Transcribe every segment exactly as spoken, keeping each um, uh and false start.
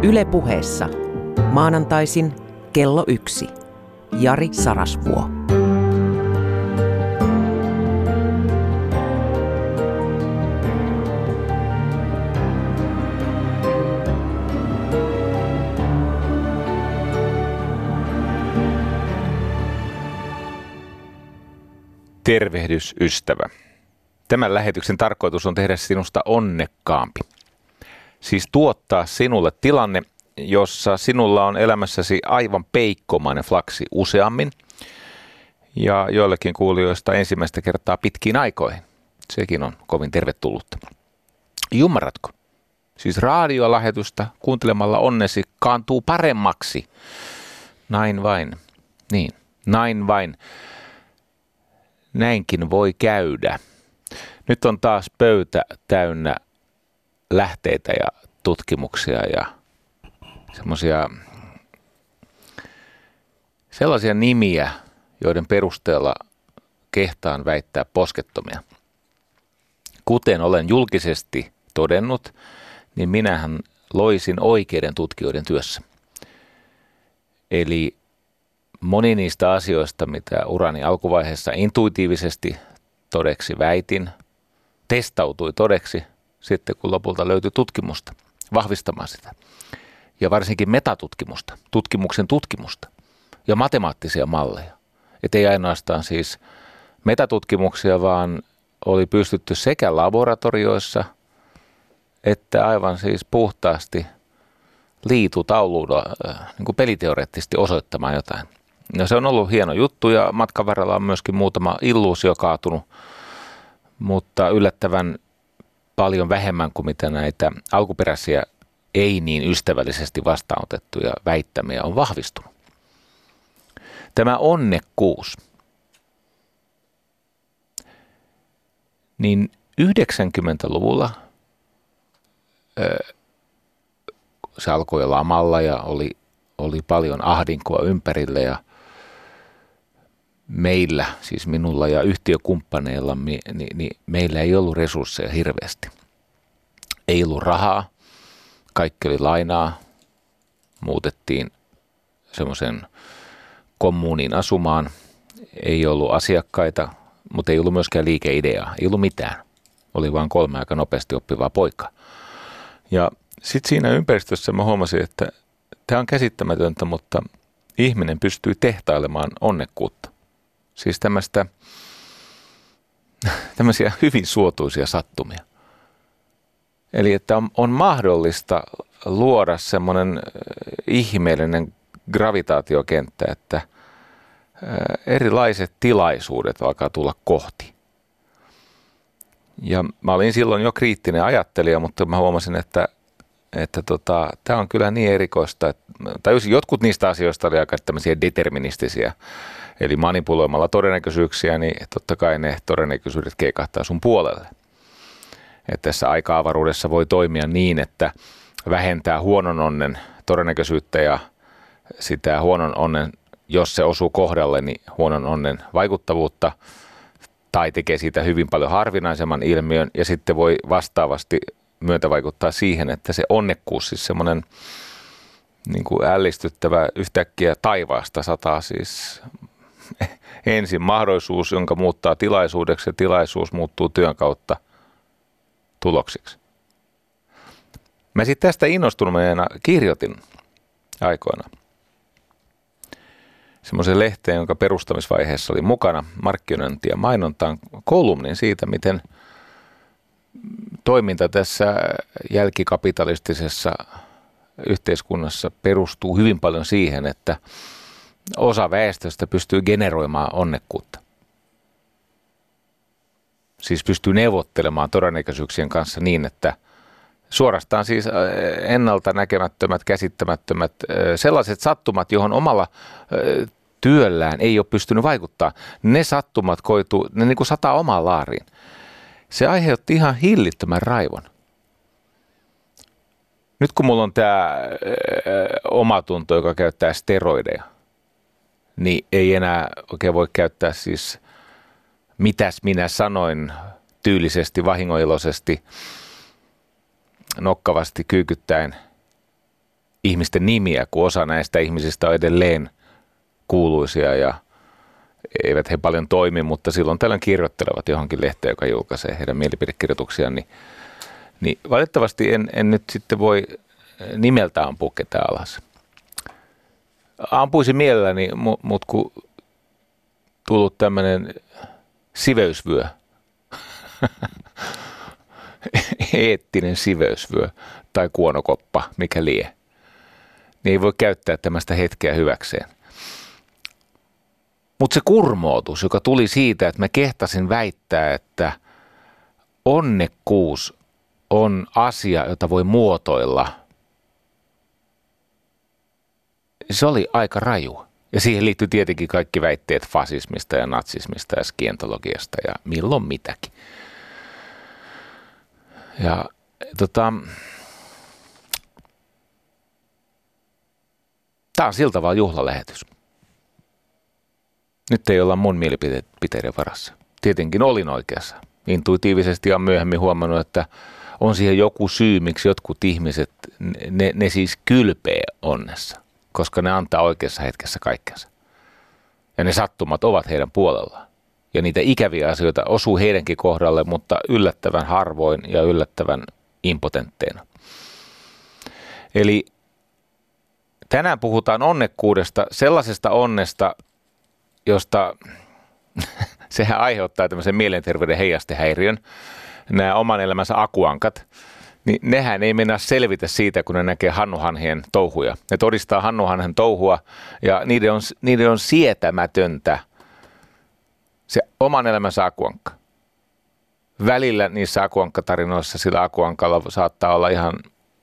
Yle Puheessa. Maanantaisin kello yksi. Jari Sarasvuo. Tervehdys, ystävä. Tämän lähetyksen tarkoitus on tehdä sinusta onnekkaampi. Siis tuottaa sinulle tilanne, jossa sinulla on elämässäsi aivan peikkomainen flaksi useammin ja joillekin kuulijoista ensimmäistä kertaa pitkiin aikoihin. Sekin on kovin tervetullutta. Ymmärrätkö? Siis radiolähetystä kuuntelemalla onnesi kaantuu paremmaksi. Näin vain. Niin, näin vain. Näinkin voi käydä. Nyt on taas pöytä täynnä lähteitä ja tutkimuksia ja semmoisia sellaisia nimiä, joiden perusteella kehtaan väittää poskettomia. Kuten olen julkisesti todennut, niin minähän loisin oikeiden tutkijoiden työssä. Eli moni niistä asioista, mitä urani alkuvaiheessa intuitiivisesti todeksi väitin, testautui todeksi sitten, kun lopulta löytyi tutkimusta vahvistamaan sitä. Ja varsinkin metatutkimusta, tutkimuksen tutkimusta ja matemaattisia malleja. Että ei ainoastaan siis metatutkimuksia, vaan oli pystytty sekä laboratorioissa että aivan siis puhtaasti liitutaululla niin kuin peliteoreettisesti osoittamaan jotain. No se on ollut hieno juttu ja matkan varrella on myöskin muutama illuusio kaatunut, mutta yllättävän paljon vähemmän kuin mitä näitä alkuperäisiä ei niin ystävällisesti vastaanotettuja väittämiä on vahvistunut. Tämä onnekkuus, niin yhdeksänkymmentäluvulla se alkoi lamalla ja oli, oli paljon ahdinkoa ympärillä ja meillä, siis minulla ja yhtiökumppaneilla, niin, niin meillä ei ollut resursseja hirveästi. Ei ollut rahaa, kaikki oli lainaa, muutettiin semmoisen kommuuniin asumaan, ei ollut asiakkaita, mutta ei ollut myöskään liikeideaa, ei ollut mitään. Oli vain kolme aika nopeasti oppivaa poikaa. Ja sitten siinä ympäristössä mä huomasin, että tämä on käsittämätöntä, mutta ihminen pystyy tehtailemaan onnekkuutta. Siis tämmöistä, tämmöisiä hyvin suotuisia sattumia. Eli että on, on mahdollista luoda semmoinen ihmeellinen gravitaatiokenttä, että erilaiset tilaisuudet alkaa tulla kohti. Ja mä olin silloin jo kriittinen ajattelija, mutta mä huomasin, että että tota, tämä on kyllä niin erikoista, että tajusin, jotkut niistä asioista oli aika tämmöisiä deterministisiä, eli manipuloimalla todennäköisyyksiä, niin totta kai ne todennäköisyydet keikahtaa sun puolelle. Että tässä aika-avaruudessa voi toimia niin, että vähentää huonon onnen todennäköisyyttä ja sitä huonon onnen, jos se osuu kohdalle, niin huonon onnen vaikuttavuutta, tai tekee siitä hyvin paljon harvinaisemman ilmiön, ja sitten voi vastaavasti myötä vaikuttaa siihen, että se onnekkuus, siis semmoinen niin kuin ällistyttävä yhtäkkiä taivaasta sataa siis ensin mahdollisuus, jonka muuttaa tilaisuudeksi ja tilaisuus muuttuu työn kautta tuloksiksi. Mä sitten tästä innostuneena kirjoitin aikoina semmoisen lehteen, jonka perustamisvaiheessa oli mukana markkinointi ja mainontaan kolumnin siitä, miten toiminta tässä jälkikapitalistisessa yhteiskunnassa perustuu hyvin paljon siihen, että osa väestöstä pystyy generoimaan onnekkuutta. Siis pystyy neuvottelemaan todennäköisyyksien kanssa niin, että suorastaan siis ennalta näkemättömät, käsittämättömät, sellaiset sattumat, johon omalla työllään ei ole pystynyt vaikuttaa, ne sattumat koituu, ne niin kuin sataa omaan laariin. Se aiheutti ihan hillittömän raivon. Nyt kun mulla on tämä omatunto, joka käyttää steroideja, niin ei enää oikein voi käyttää siis mitäs minä sanoin tyylisesti, vahingoiloisesti, nokkavasti kyykyttäen ihmisten nimiä, kun osa näistä ihmisistä on edelleen kuuluisia ja eivät he paljon toimi, mutta silloin tällöin kirjoittelevat johonkin lehteen, joka julkaisee heidän mielipidekirjoituksiaan, niin, niin valitettavasti en, en nyt sitten voi nimeltä ampua ketään alas. Ampuisin mielelläni, mutta kun tullut tämmöinen siveysvyö, eettinen siveysvyö tai kuonokoppa, mikä lie, niin ei voi käyttää tämmöistä hetkeä hyväkseen. Mutta se kurmootus, joka tuli siitä, että mä kehtasin väittää, että onnekkuus on asia, jota voi muotoilla, se oli aika raju. Ja siihen liittyy tietenkin kaikki väitteet fasismista ja natsismista ja skientologiasta ja milloin mitäkin. Ja tota, tää on siltä vaan juhlalähetys. Nyt ei olla mun mielipiteiden varassa. Tietenkin olin oikeassa. Intuitiivisesti on myöhemmin huomannut, että on siihen joku syy, miksi jotkut ihmiset, ne, ne siis kylpee onnessa, koska ne antaa oikeassa hetkessä kaikkensa. Ja ne sattumat ovat heidän puolellaan. Ja niitä ikäviä asioita osuu heidänkin kohdalle, mutta yllättävän harvoin ja yllättävän impotentteina. Eli tänään puhutaan onnekkuudesta, sellaisesta onnesta, josta sehän aiheuttaa tämmöisen mielenterveyden heijastehäiriön. Nämä oman elämänsä akuankat, niin nehän ei mennä selvitä siitä, kun ne näkee hannuhanhien touhuja. Ne todistaa hannuhanhen touhua ja niiden on, niiden on sietämätöntä se oman elämänsä akuankka. Välillä niissä akuankkatarinoissa sillä akuankalla saattaa olla ihan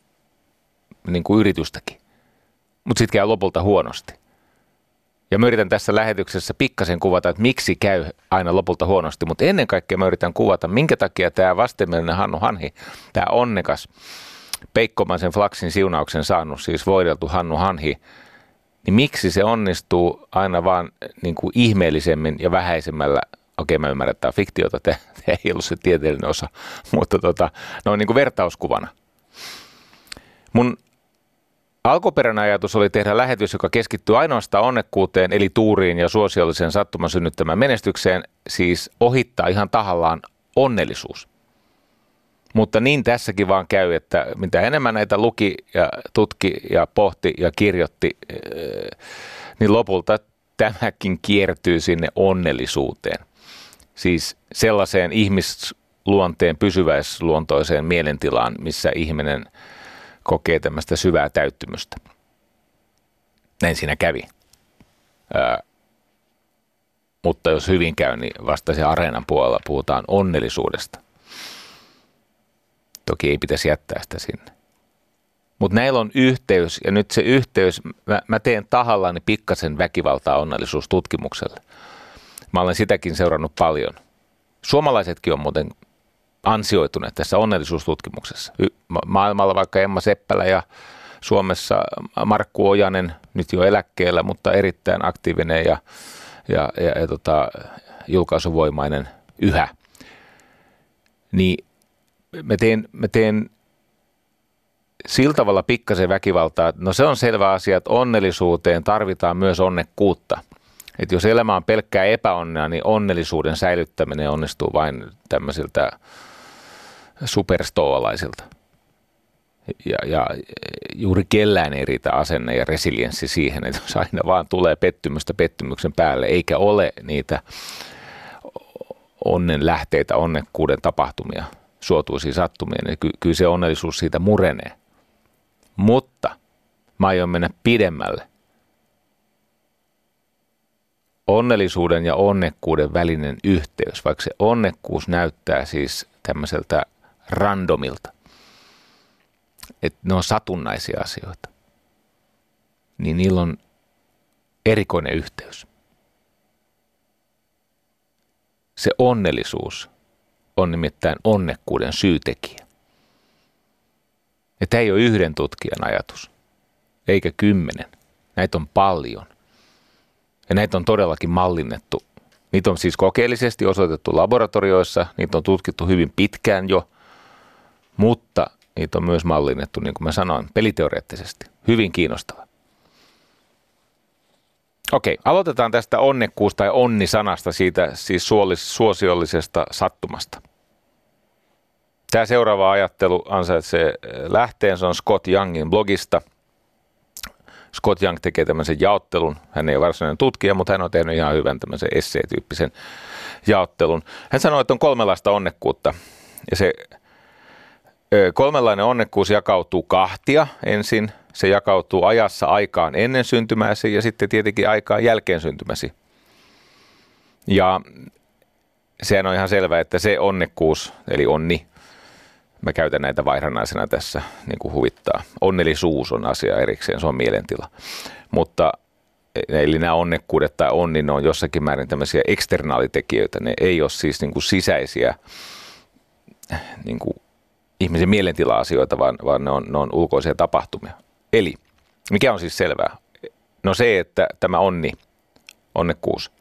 niin kuin yritystäkin, mutta sitten käy lopulta huonosti. Ja mä yritän tässä lähetyksessä pikkasen kuvata, että miksi käy aina lopulta huonosti, mutta ennen kaikkea mä yritän kuvata, minkä takia tämä vastenmielinen Hannu Hanhi, tämä onnekas peikkomaisen flaksin siunauksen saanut, siis voideltu Hannu Hanhi, niin miksi se onnistuu aina vaan niin kuin ihmeellisemmin ja vähäisemmällä, okei mä ymmärrän, että tämä on fiktiota, tämä ei ollut se tieteellinen osa, mutta tota, no niin kuin vertauskuvana. Mun alkuperäinen ajatus oli tehdä lähetys, joka keskittyy ainoastaan onnekkuuteen, eli tuuriin ja suosiolliseen sattuman synnyttämään menestykseen, siis ohittaa ihan tahallaan onnellisuus. Mutta niin tässäkin vaan käy, että mitä enemmän näitä luki ja tutki ja pohti ja kirjoitti, niin lopulta tämäkin kiertyy sinne onnellisuuteen. Siis sellaiseen ihmisluonteen pysyväisluontoiseen mielentilaan, missä ihminen kokee tämmöistä syvää täyttymystä. Näin siinä kävi. Ää, mutta jos hyvin käy, niin vasta se areenan puolella puhutaan onnellisuudesta. Toki ei pitäisi jättää sitä sinne. Mutta näillä on yhteys, ja nyt se yhteys, mä, mä teen tahallani pikkasen väkivaltaa onnellisuustutkimukselle. Mä olen sitäkin seurannut paljon. Suomalaisetkin on muuten ansioituneet tässä onnellisuustutkimuksessa. Maailmalla vaikka Emma Seppälä ja Suomessa Markku Ojanen, nyt jo eläkkeellä, mutta erittäin aktiivinen ja, ja, ja, ja tota, julkaisuvoimainen yhä. Niin mä teen, mä teen sillä tavalla pikkasen väkivaltaa, no se on selvä asia, että onnellisuuteen tarvitaan myös onnekkuutta. Että jos elämä on pelkkää epäonnea, niin onnellisuuden säilyttäminen onnistuu vain tämmöisiltä superstoalaisilta. Ja, ja juuri kellään ei riitä asenne ja resilienssi siihen, että jos aina vaan tulee pettymystä pettymyksen päälle, eikä ole niitä onnen lähteitä, onnekkuuden tapahtumia, suotuisia sattumia, niin ky- kyllä se onnellisuus siitä murenee. Mutta mä aion mennä pidemmälle. Onnellisuuden ja onnekkuuden välinen yhteys, vaikka se onnekkuus näyttää siis tämmöiseltä randomilta, että ne on satunnaisia asioita, niin niillä on erikoinen yhteys. Se onnellisuus on nimittäin onnekkuuden syytekijä. Ja tämä ei ole yhden tutkijan ajatus, eikä kymmenen. Näitä on paljon. Ja näitä on todellakin mallinnettu. Niitä on siis kokeellisesti osoitettu laboratorioissa, niitä on tutkittu hyvin pitkään jo, mutta niitä on myös mallinnettu, niin kuin mä sanoin, peliteoreettisesti Hyvin kiinnostava. Okei, aloitetaan tästä onnekkuus- tai onni-sanasta, siitä siis suosiollisesta sattumasta. Tämä seuraava ajattelu ansaitsee lähteen, se on Scott Youngin blogista. Scott Young tekee tämmöisen jaottelun, hän ei ole varsinainen tutkija, mutta hän on tehnyt ihan hyvän tämmöisen essee-tyyppisen jaottelun. Hän sanoi, että on kolmenlaista onnekkuutta, ja se kolmenlainen onnekkuus jakautuu kahtia ensin. Se jakautuu ajassa aikaan ennen syntymäsi ja sitten tietenkin aikaan jälkeen syntymäsi. Ja sehän on ihan selvää, että se onnekkuus, eli onni, mä käytän näitä vaihdannaisena tässä, niin kuin huvittaa. Onnellisuus on asia erikseen, se on mielentila. Mutta eli nämä onnekkuudet tai onni, ne on jossakin määrin tämmöisiä eksternaalitekijöitä. Ne ei ole siis niin kuin sisäisiä niin kuin ihmisen mielentila-asioita, vaan, vaan ne, on, ne on ulkoisia tapahtumia. Eli, mikä on siis selvää? No se, että tämä onni, onnekkuus,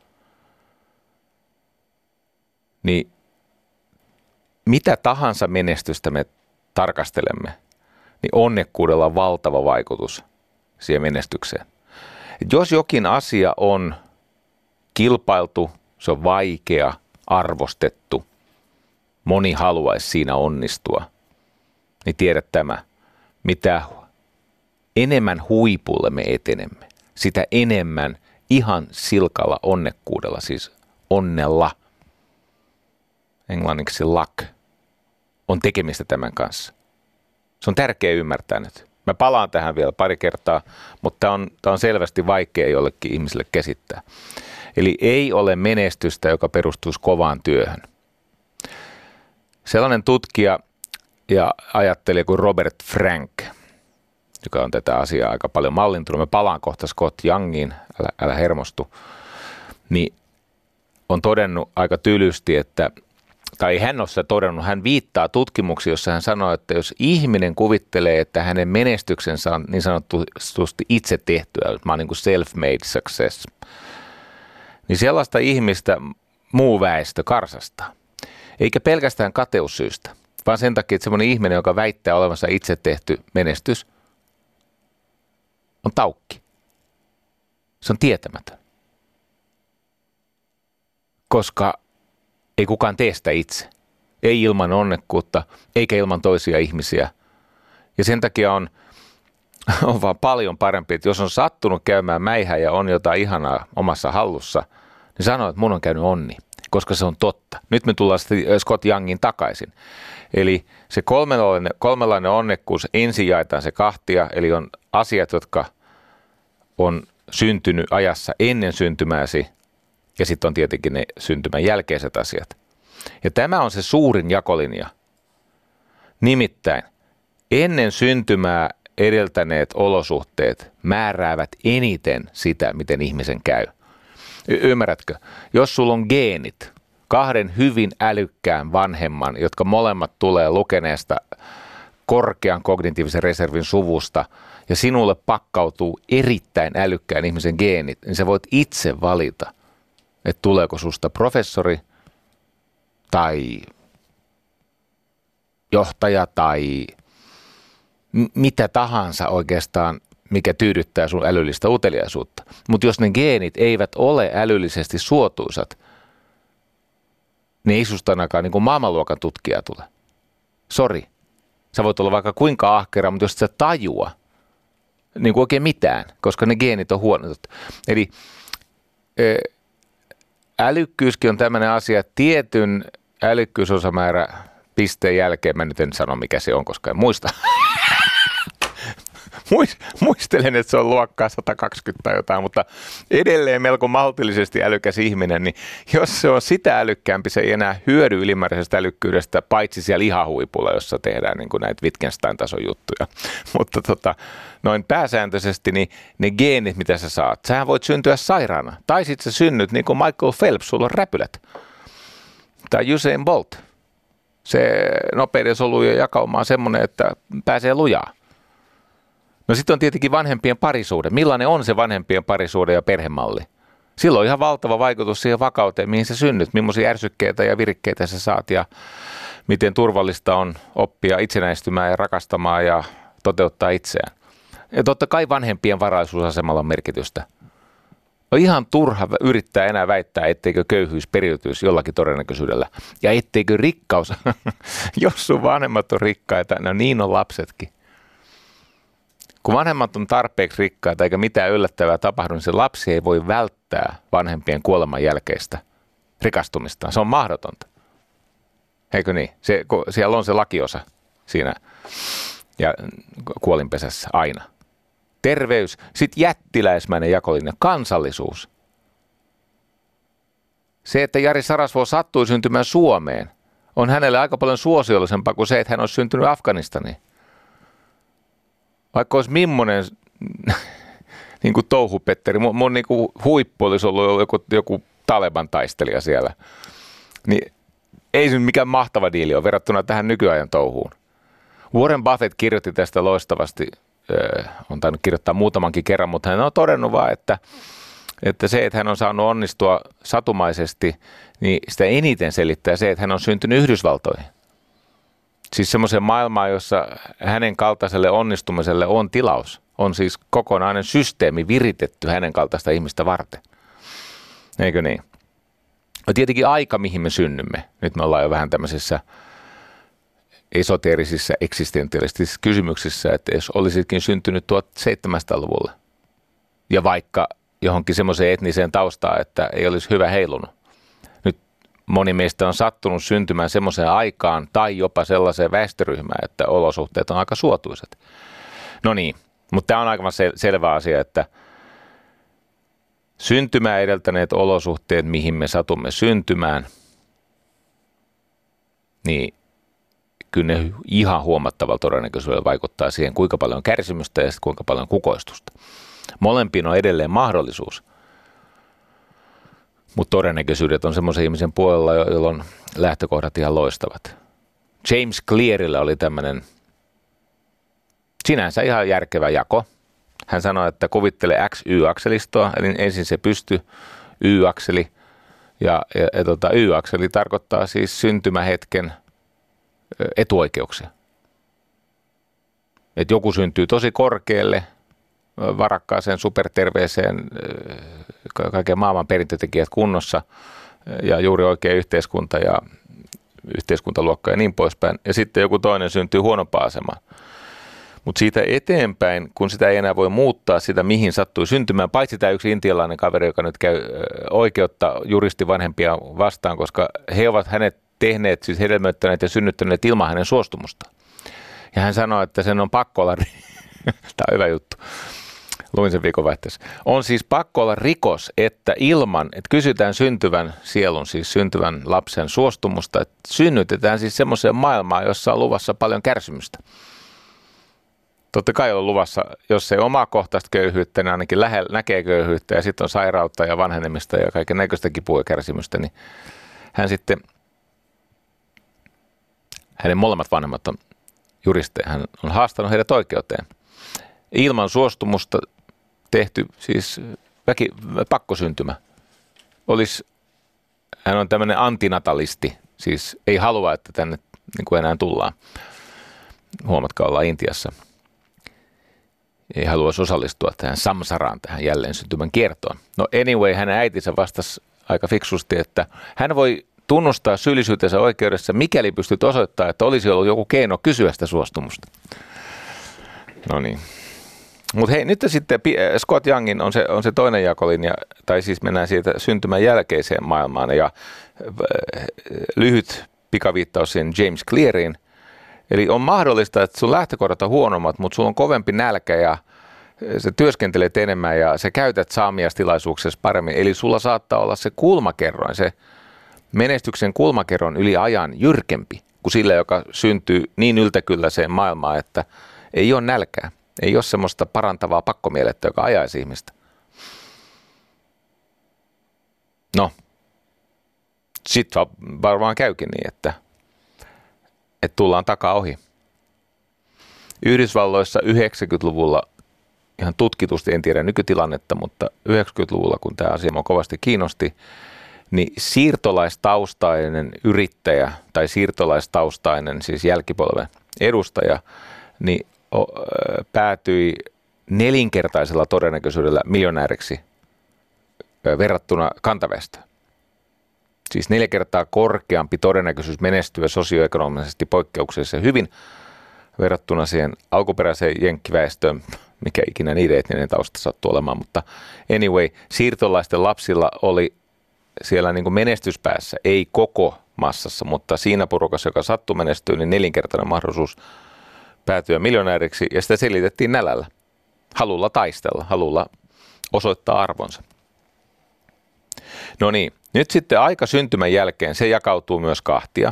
niin mitä tahansa menestystä me tarkastelemme, niin onnekkuudella on valtava vaikutus siihen menestykseen. Et jos jokin asia on kilpailtu, se on vaikea, arvostettu, moni haluaisi siinä onnistua, niin tiedät tämä, mitä enemmän huipulle me etenemme, sitä enemmän ihan silkalla onnekkuudella, siis onnella, englanniksi luck, on tekemistä tämän kanssa. Se on tärkeää ymmärtää nyt. Mä palaan tähän vielä pari kertaa, mutta tämä on, tämä on selvästi vaikea jollekin ihmiselle käsittää. Eli ei ole menestystä, joka perustuisi kovaan työhön. Sellainen tutkija ja ajattelija kuin Robert Frank, joka on tätä asiaa aika paljon mallintunut, mä palaan kohta Scott Youngiin, älä, älä hermostu, niin on todennut aika tylysti, että, tai hän on sitä todennut, hän viittaa tutkimuksiin, jossa hän sanoo, että jos ihminen kuvittelee, että hänen menestyksensä on niin sanotusti itse tehtyä, mä oon niin kuin self-made success, niin sellaista ihmistä muu väestö karsastaa. Eikä pelkästään kateussyystä, vaan sen takia, että semmoinen ihminen, joka väittää olevansa itse tehty menestys, on taukki. Se on tietämätön. Koska ei kukaan tee sitä itse. Ei ilman onnekkuutta, eikä ilman toisia ihmisiä. Ja sen takia on, on vaan paljon parempi, että jos on sattunut käymään mäihä ja on jotain ihanaa omassa hallussa, niin sanoo, että mun on käynyt onni, koska se on totta. Nyt me tullaan Scott Youngin takaisin. Eli se kolmenlainen, kolmenlainen onnekkuus, ensin jaetaan se kahtia, eli on asiat, jotka on syntynyt ajassa ennen syntymääsi, ja sitten on tietenkin ne syntymän jälkeiset asiat. Ja tämä on se suurin jakolinja. Nimittäin ennen syntymää edeltäneet olosuhteet määräävät eniten sitä, miten ihmisen käy. Y- ymmärrätkö? Jos sulla on geenit, kahden hyvin älykkään vanhemman, jotka molemmat tulee lukeneesta korkean kognitiivisen reservin suvusta, ja sinulle pakkautuu erittäin älykkään ihmisen geenit, niin sä voit itse valita, että tuleeko susta professori tai johtaja tai m- mitä tahansa oikeastaan, mikä tyydyttää sun älyllistä uteliaisuutta. Mutta jos ne geenit eivät ole älyllisesti suotuisat, niin ei susta ainakaan niin kuin maailmanluokan tutkija tule. Sori. Sä voit olla vaikka kuinka ahkera, mutta jos et sä tajua niin kuin oikein mitään, koska ne geenit on huonot. Eli älykkyyskin on tämmöinen asia, että tietyn älykkyysosamäärä pisteen jälkeen, mä nyt en sano mikä se on, koska en muista. Muistelen, että se on luokkaa sata kaksikymmentä tai jotain, mutta edelleen melko maltillisesti älykäs ihminen, niin jos se on sitä älykkäämpi, se ei enää hyödy ylimääräisestä älykkyydestä, paitsi siellä ihahuipulla, jossa tehdään niin kuin näitä Wittgenstein-tason juttuja. Mutta tota, noin pääsääntöisesti niin ne geenit, mitä sä saat, sähän voit syntyä sairaana. Tai sit sä synnyt niin kuin Michael Phelps, sulla on räpylät. Tai Usain Bolt. Se nopeiden solujen jakauma on semmoinen, että pääsee lujaa. No sitten on tietenkin vanhempien parisuhde. Millainen on se vanhempien parisuhde ja perhemalli? Sillä on ihan valtava vaikutus siihen vakauteen, mihin sä synnyt, millaisia ärsykkeitä ja virikkeitä sä saat ja miten turvallista on oppia itsenäistymään ja rakastamaan ja toteuttaa itseään. Ja totta kai vanhempien varallisuusasemalla on merkitystä. On ihan turha yrittää enää väittää, etteikö köyhyys periytyisi jollakin todennäköisyydellä. Ja etteikö rikkaus, jos sun vanhemmat on rikkaita, no niin on lapsetkin. Kun vanhemmat on tarpeeksi rikkaita eikä mitään yllättävää tapahdu, niin se lapsi ei voi välttää vanhempien kuoleman jälkeistä rikastumista. Se on mahdotonta. Eikö niin? Se, siellä on se lakiosa siinä ja kuolinpesässä aina. Terveys, sitten jättiläismäinen jakolinja, kansallisuus. Se, että Jari Sarasvuo sattui syntymään Suomeen, on hänelle aika paljon suosiollisempaa kuin se, että hän olisi syntynyt Afganistaniin. Vaikka olisi millainen niin kuin touhupetteri, mun, mun niin kuin huippu olisi ollut joku, joku Taleban taistelija siellä, niin ei se mikään mahtava diili ole verrattuna tähän nykyajan touhuun. Warren Buffett kirjoitti tästä loistavasti, äh, on tainnut kirjoittaa muutamankin kerran, mutta hän on todennut vaan, että, että se, että hän on saanut onnistua satumaisesti, niin sitä eniten selittää se, että hän on syntynyt Yhdysvaltoihin. Siis semmoiseen maailmaan, jossa hänen kaltaiselle onnistumiselle on tilaus. On siis kokonainen systeemi viritetty hänen kaltaista ihmistä varten. Eikö niin? No tietenkin aika, mihin me synnymme. Nyt me ollaan jo vähän tämmöisissä esoteerisissa, eksistentialistisissa kysymyksissä, että jos olisitkin syntynyt tuhatseitsemänsataaluvulla ja vaikka johonkin semmoiseen etniseen taustaan, että ei olisi hyvä heilunut. Nyt moni meistä on sattunut syntymään semmoiseen aikaan tai jopa sellaiseen väestöryhmään, että olosuhteet on aika suotuisat. No niin, mutta tämä on aivan sel- selvä asia, että syntymää edeltäneet olosuhteet, mihin me satumme syntymään, niin kyllä ne ihan huomattavalla todennäköisyydellä vaikuttaa siihen, kuinka paljon kärsimystä ja kuinka paljon kukoistusta. Molempiin on edelleen mahdollisuus, mutta todennäköisyydet on semmoisen ihmisen puolella, jolla on lähtökohdat ihan loistavat. James Clearillä oli tämmöinen sinänsä ihan järkevä jako. Hän sanoi, että kuvittele X Y-akselistoa, eli ensin se pysty Y-akseli, ja, ja, ja tota, Y-akseli tarkoittaa siis syntymähetken etuoikeuksia. Et joku syntyy tosi korkealle, varakkaaseen, superterveeseen, kaiken maailman perintötekijät kunnossa ja juuri oikea yhteiskunta ja yhteiskuntaluokka ja niin poispäin. Ja sitten joku toinen syntyy huonompaan asemaan. Mutta siitä eteenpäin, kun sitä ei enää voi muuttaa sitä, mihin sattui syntymään, paitsi tämä yksi intialainen kaveri, joka nyt käy oikeutta juristi vanhempia vastaan, koska he ovat hänet tehneet, siis hedelmöittäneet ja synnyttäneet ilman hänen suostumustaan. Ja hän sanoi, että sen on pakko olla, tämä on hyvä juttu, luin sen viikonvaihteessa, on siis pakko olla rikos, että ilman, että kysytään syntyvän sielun, siis syntyvän lapsen suostumusta, että synnytetään siis semmoiseen maailmaan, jossa on luvassa paljon kärsimystä. Totta kai on luvassa, jos ei omakohtaista köyhyyttä, niin ainakin lähellä näkee köyhyyttä ja sitten on sairautta ja vanhenemista ja kaiken näköistä kipua ja kärsimystä, niin hän sitten, hänen molemmat vanhemmat on juristeja, hän on haastanut heidät oikeuteen. Ilman suostumusta tehty siis väki, pakkosyntymä. Olisi, hän on tämmöinen antinatalisti, siis ei halua, että tänne niin kuin enää tullaan. Huomatkaa, ollaan Intiassa. Ei haluaisi osallistua tähän samsaraan, tähän jälleen syntymän kiertoon. No anyway, hänen äitinsä vastasi aika fiksusti, että hän voi tunnustaa syyllisyytensä oikeudessa, mikäli pystyt osoittamaan, että olisi ollut joku keino kysyä sitä suostumusta. No niin. Mutta hei, nyt sitten Scott Youngin on se, on se toinen jakolinja, tai siis mennään siitä syntymän jälkeiseen maailmaan, ja lyhyt pikaviittaus siihen James Cleariin. Eli on mahdollista, että sun lähtökohdat on huonommat, mutta sulla on kovempi nälkä ja sä työskentelet enemmän ja sä käytät saamiastilaisuuksessa paremmin. Eli sulla saattaa olla se kulmakerroin, se menestyksen kulmakerron yli ajan jyrkempi kuin sillä, joka syntyy niin yltäkylläiseen maailmaan, että ei ole nälkää. Ei ole semmoista parantavaa pakkomielettä, joka ajaisi ihmistä. No, sitten varmaan käykin niin, että että tullaan takaa ohi. Yhdysvalloissa yhdeksänkymmentäluvulla, ihan tutkitusti, en tiedä nykytilannetta, mutta yhdeksänkymmentäluvulla, kun tämä asia minua kovasti kiinnosti, niin siirtolaistaustainen yrittäjä tai siirtolaistaustainen, siis jälkipolven edustaja, niin päätyi nelinkertaisella todennäköisyydellä miljonääriksi verrattuna kantaväestöön. Siis neljä kertaa korkeampi todennäköisyys menestyä sosioekonomisesti poikkeuksellisesti hyvin verrattuna siihen alkuperäiseen jenkkiväestöön, mikä ikinä niiden etninen tausta sattuu olemaan. Mutta anyway, siirtolaisten lapsilla oli siellä niin kuin menestyspäässä, ei koko massassa, mutta siinä porukassa, joka sattui menestyä, niin nelinkertainen mahdollisuus päätyä miljonääriksi, ja sitä selitettiin nälällä, halulla taistella, halulla osoittaa arvonsa. No niin, nyt sitten aika syntymän jälkeen se jakautuu myös kahtia.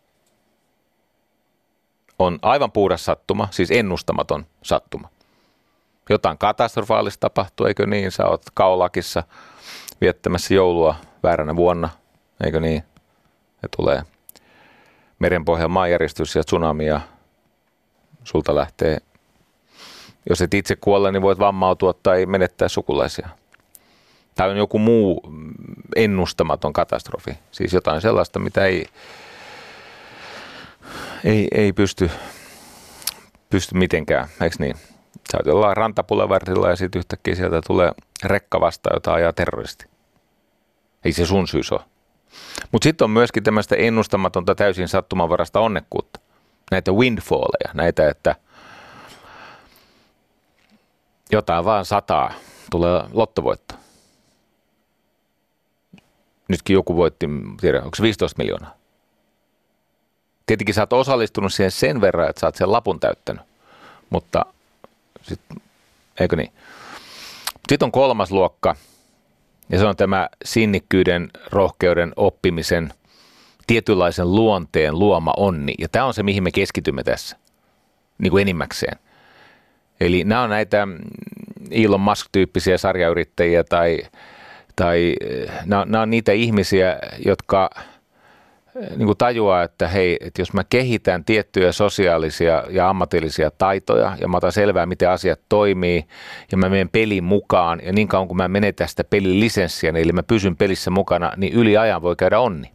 On aivan puhdas sattuma, siis ennustamaton sattuma. Jotain katastrofaalista tapahtuu, eikö niin? Sä oot Kaolakissa viettämässä joulua vääränä vuonna, eikö niin? Ja tulee merenpohjan maanjäristys ja tsunami ja sulta lähtee, jos et itse kuolla, niin voit vammautua tai menettää sukulaisia. Tai on joku muu ennustamaton katastrofi. Siis jotain sellaista, mitä ei, ei, ei pysty, pysty mitenkään, eikö niin? Sä oot jollain rantapulevartilla ja sitten yhtäkkiä sieltä tulee rekka vastaan, jota ajaa terroristi. Ei se sun syys ole. Mutta sitten on myöskin tämmöistä ennustamatonta täysin sattumanvarasta onnekkuutta. Näitä windfalleja, näitä, että jotain vaan sataa, tulee lottovoitto. Nytkin joku voitti, tiedä, onko se viisitoista miljoonaa. Tietenkin sä oot osallistunut siihen sen verran, että sä oot sen lapun täyttänyt, mutta sit, eikö niin? Sitten on kolmas luokka, ja se on tämä sinnikkyyden, rohkeuden, oppimisen, tietynlaisen luonteen luoma onni. Ja tämä on se, mihin me keskitymme tässä, niin kuin enimmäkseen. Eli nämä on näitä Elon Musk-tyyppisiä sarjayrittäjiä tai, tai nämä, nämä on niitä ihmisiä, jotka niin kuin tajuaa, että hei, että jos mä kehitän tiettyjä sosiaalisia ja ammatillisia taitoja ja mä otan selvää, miten asiat toimii ja mä menen pelin mukaan ja niin kauan kun mä menen tästä pelin lisenssiä, eli mä pysyn pelissä mukana, niin yli ajan voi käydä onni.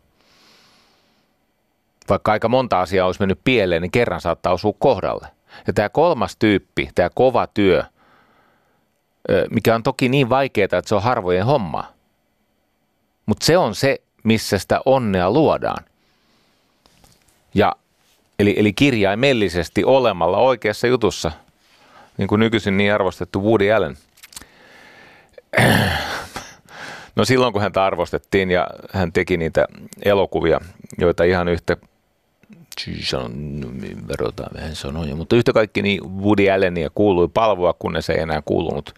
Vaikka aika monta asiaa olisi mennyt pieleen, niin kerran saattaa osua kohdalle. Ja tämä kolmas tyyppi, tämä kova työ, mikä on toki niin vaikeaa, että se on harvojen homma, mutta se on se, missä sitä onnea luodaan. Ja, eli, eli kirjaimellisesti olemalla oikeassa jutussa, niin kuin nykyisin niin arvostettu Woody Allen. No silloin, kun häntä arvostettiin ja hän teki niitä elokuvia, joita ihan yhtä, verotaan vähän sanoja, mutta yhtä kaikki niin Woody Allenia kuului palvoa, kunnes ei enää kuulunut.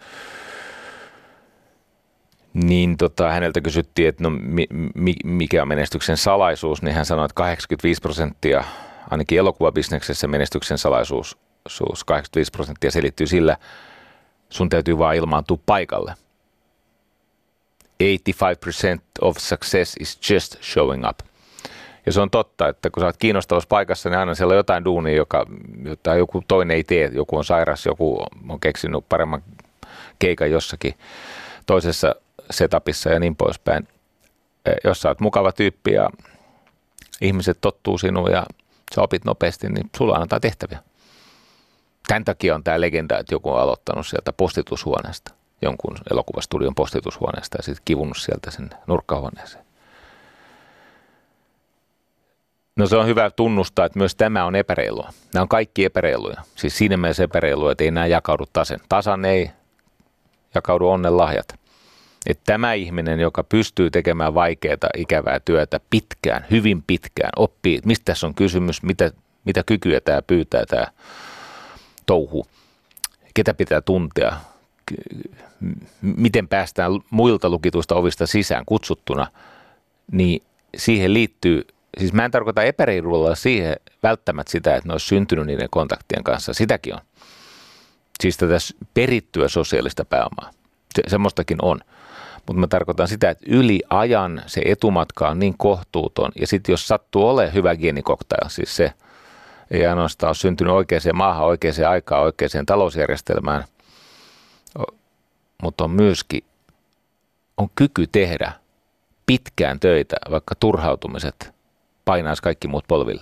Niin tota, häneltä kysyttiin, että no, mi, mi, mikä on menestyksen salaisuus, niin hän sanoi, että kahdeksankymmentäviisi prosenttia, ainakin elokuvabisneksessä menestyksen salaisuus, kahdeksankymmentäviisi prosenttia selittyy sillä, sun täytyy vaan ilmaantua paikalle. eighty-five percent of success is just showing up. Ja se on totta, että kun sä oot kiinnostavassa paikassa, niin aina siellä on jotain duunia, joka, jota joku toinen ei tee. Joku on sairas, joku on keksinyt paremman keikan jossakin toisessa setupissa ja niin poispäin. Jos sä oot mukava tyyppi ja ihmiset tottuu sinuun ja sä opit nopeasti, niin sulla annetaan tehtäviä. Tämän takia on tämä legenda, että joku on aloittanut sieltä postitushuoneesta, jonkun elokuvastudion postitushuoneesta ja sitten kivunnut sieltä sen nurkkahuoneeseen. No se on hyvä tunnustaa, että myös tämä on epäreilua. Nämä on kaikki epäreiluja. Siis siinä mielessä epäreilua, että ei nämä jakaudu tasen. Tasan ei jakaudu onnen lahjat. Että tämä ihminen, joka pystyy tekemään vaikeaa, ikävää työtä pitkään, hyvin pitkään, oppii, mistä tässä on kysymys, mitä, mitä kykyä tämä pyytää, tämä touhu, ketä pitää tuntea, miten päästään muilta lukituista ovista sisään kutsuttuna, niin siihen liittyy, siis mä en tarkoita epäreilulla siihen välttämättä sitä, että ne olisi syntynyt niiden kontaktien kanssa, sitäkin on. Siis tätä perittyä sosiaalista pääomaa, se, semmoistakin on. Mutta mä tarkoitan sitä, että yli ajan se etumatka on niin kohtuuton, ja sitten jos sattuu olemaan hyvä geenikoktail, siis se ei ainoastaan ole syntynyt oikeaan maahan, oikeaan aikaan, oikeaan talousjärjestelmään, mutta on myöskin on kyky tehdä pitkään töitä, vaikka turhautumiset painaisi kaikki muut polville.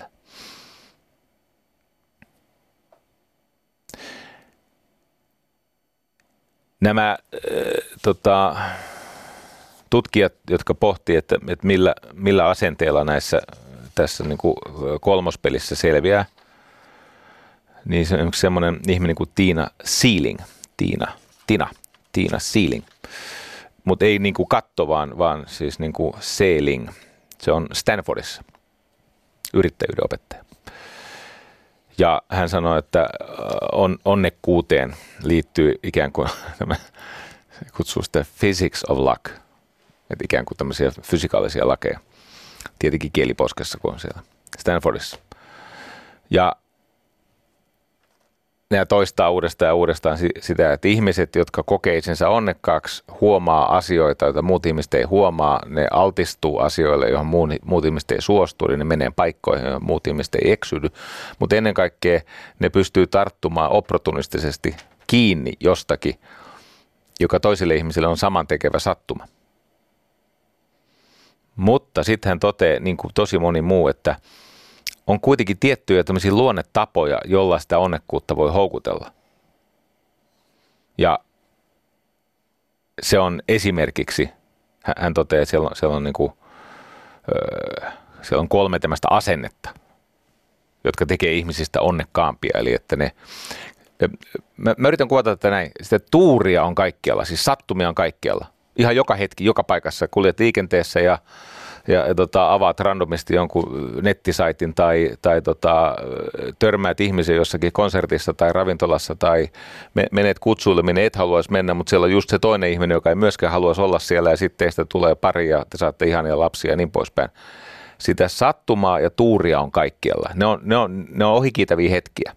Nämä äh, tota, tutkijat, jotka pohtivat, että, että millä, millä asenteella näissä tässä niin kuin kolmospelissä selviää, niin se on yksi semmoinen ihminen kuin Tiina Sealing. Tiina, Tina, Tiina Sealing. Mutta ei niin kuin katto, vaan, vaan siis niin kuin Sealing. Se on Stanfordissa yrittäjyyden opettaja. Ja hän sanoi, että on, onnekkuuteen liittyy ikään kuin, kutsuu sitä physics of luck, että ikään kuin tämmöisiä fysikaalisia lakeja. Tietenkin kieliposkessa, kun on siellä Stanfordissa. Ja nämä toistaa uudestaan ja uudestaan sitä, että ihmiset, jotka kokee itsensä onnekkaaksi, huomaa asioita, joita muut ihmiset ei huomaa, ne altistuu asioille, johon muut ihmiset ei suostu, niin ne menee paikkoihin, johon muut ihmiset ei eksydy. Mutta ennen kaikkea ne pystyy tarttumaan opportunistisesti kiinni jostakin, joka toisille ihmisille on samantekevä sattuma. Mutta sitten hän toteaa, niin kuin tosi moni muu, että on kuitenkin tiettyjä tämmöisiä luonnetapoja, jolla sitä onnekkuutta voi houkutella. Ja se on esimerkiksi, hän toteaa, että siellä on, siellä on, niin kuin, öö, siellä on kolme tämmöistä asennetta, jotka tekee ihmisistä onnekkaampia. Eli että ne, mä, mä yritän kuvata tätä näin, sitä tuuria on kaikkialla, siis sattumia on kaikkialla. Ihan joka hetki, joka paikassa kuljet liikenteessä ja ja, ja tota, avaat randomisti jonkun nettisaitin tai, tai tota, törmäät ihmisen jossakin konsertissa tai ravintolassa tai me, menet kutsuille, minne et haluaisi mennä, mutta siellä on just se toinen ihminen, joka ei myöskään haluaisi olla siellä ja sitten teistä tulee pari ja te saatte ihania lapsia ja niin poispäin. Sitä sattumaa ja tuuria on kaikkialla. Ne on, ne on, ne on ohikiitäviä hetkiä.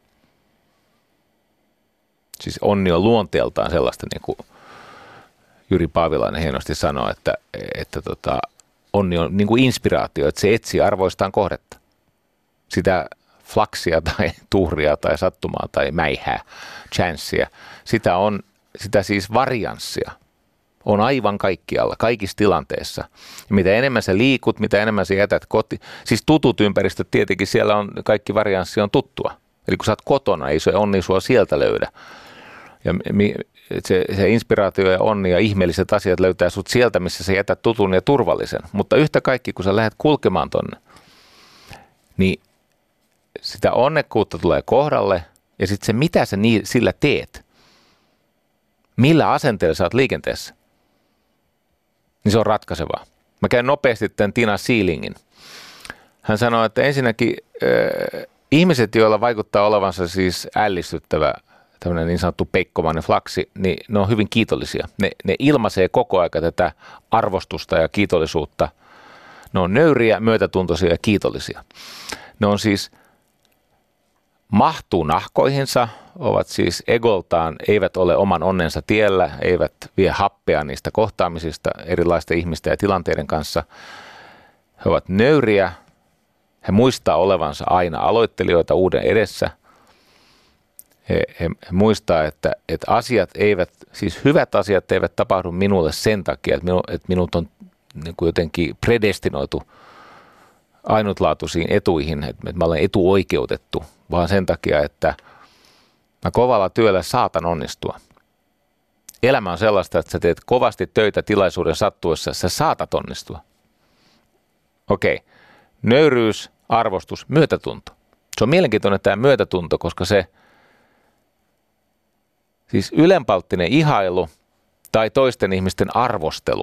Siis onni on luonteeltaan sellaista, niin kuin Jyri Paavilainen hienosti sanoi, että, että tota, onni on niin kuin inspiraatio, että se etsii arvoistaan kohdetta. Sitä flaksia tai tuuria tai sattumaa tai mäihää, chanssia, sitä on, sitä siis varianssia on aivan kaikkialla, kaikissa tilanteissa. Ja mitä enemmän sä liikut, mitä enemmän sä jätät koti, siis tutut ympäristöt tietenkin siellä on, kaikki varianssi on tuttua. Eli kun sä oot kotona, ei se onni sua sieltä löydä. Ja se, se inspiraatio ja onni ja ihmeelliset asiat löytää sut sieltä, missä sä jätät tutun ja turvallisen. Mutta yhtä kaikki, kun sä lähdet kulkemaan tonne, niin sitä onnekkuutta tulee kohdalle ja sitten se, mitä sä nii, sillä teet, millä asenteella sä oot liikenteessä, niin se on ratkaisevaa. Mä käyn nopeasti tämän Tina Sealingin. Hän sanoi, että ensinnäkin äh, ihmiset, joilla vaikuttaa olevansa siis ällistyttävä tämmöinen niin sanottu peikkomainen flaksi, niin ne on hyvin kiitollisia. Ne, ne ilmaisee koko aika tätä arvostusta ja kiitollisuutta. Ne on nöyriä, myötätuntoisia ja kiitollisia. Ne on siis mahtuu nahkoihinsa, ovat siis egoltaan, eivät ole oman onnensa tiellä, eivät vie happea niistä kohtaamisista erilaisten ihmisten ja tilanteiden kanssa. He ovat nöyriä, he muistaa olevansa aina aloittelijoita uuden edessä. He, he, he muistaa, että, että asiat eivät, siis hyvät asiat eivät tapahdu minulle sen takia, että, minu, että minut on niin kuin jotenkin predestinoitu ainutlaatuisiin etuihin, että mä olen etuoikeutettu, vaan sen takia, että mä kovalla työllä saatan onnistua. Elämä on sellaista, että sä teet kovasti töitä tilaisuuden sattuessa, sä saatat onnistua. Okei, nöyryys, arvostus, myötätunto. Se on mielenkiintoinen tämä myötätunto, koska se siis ylenpalttinen ihailu tai toisten ihmisten arvostelu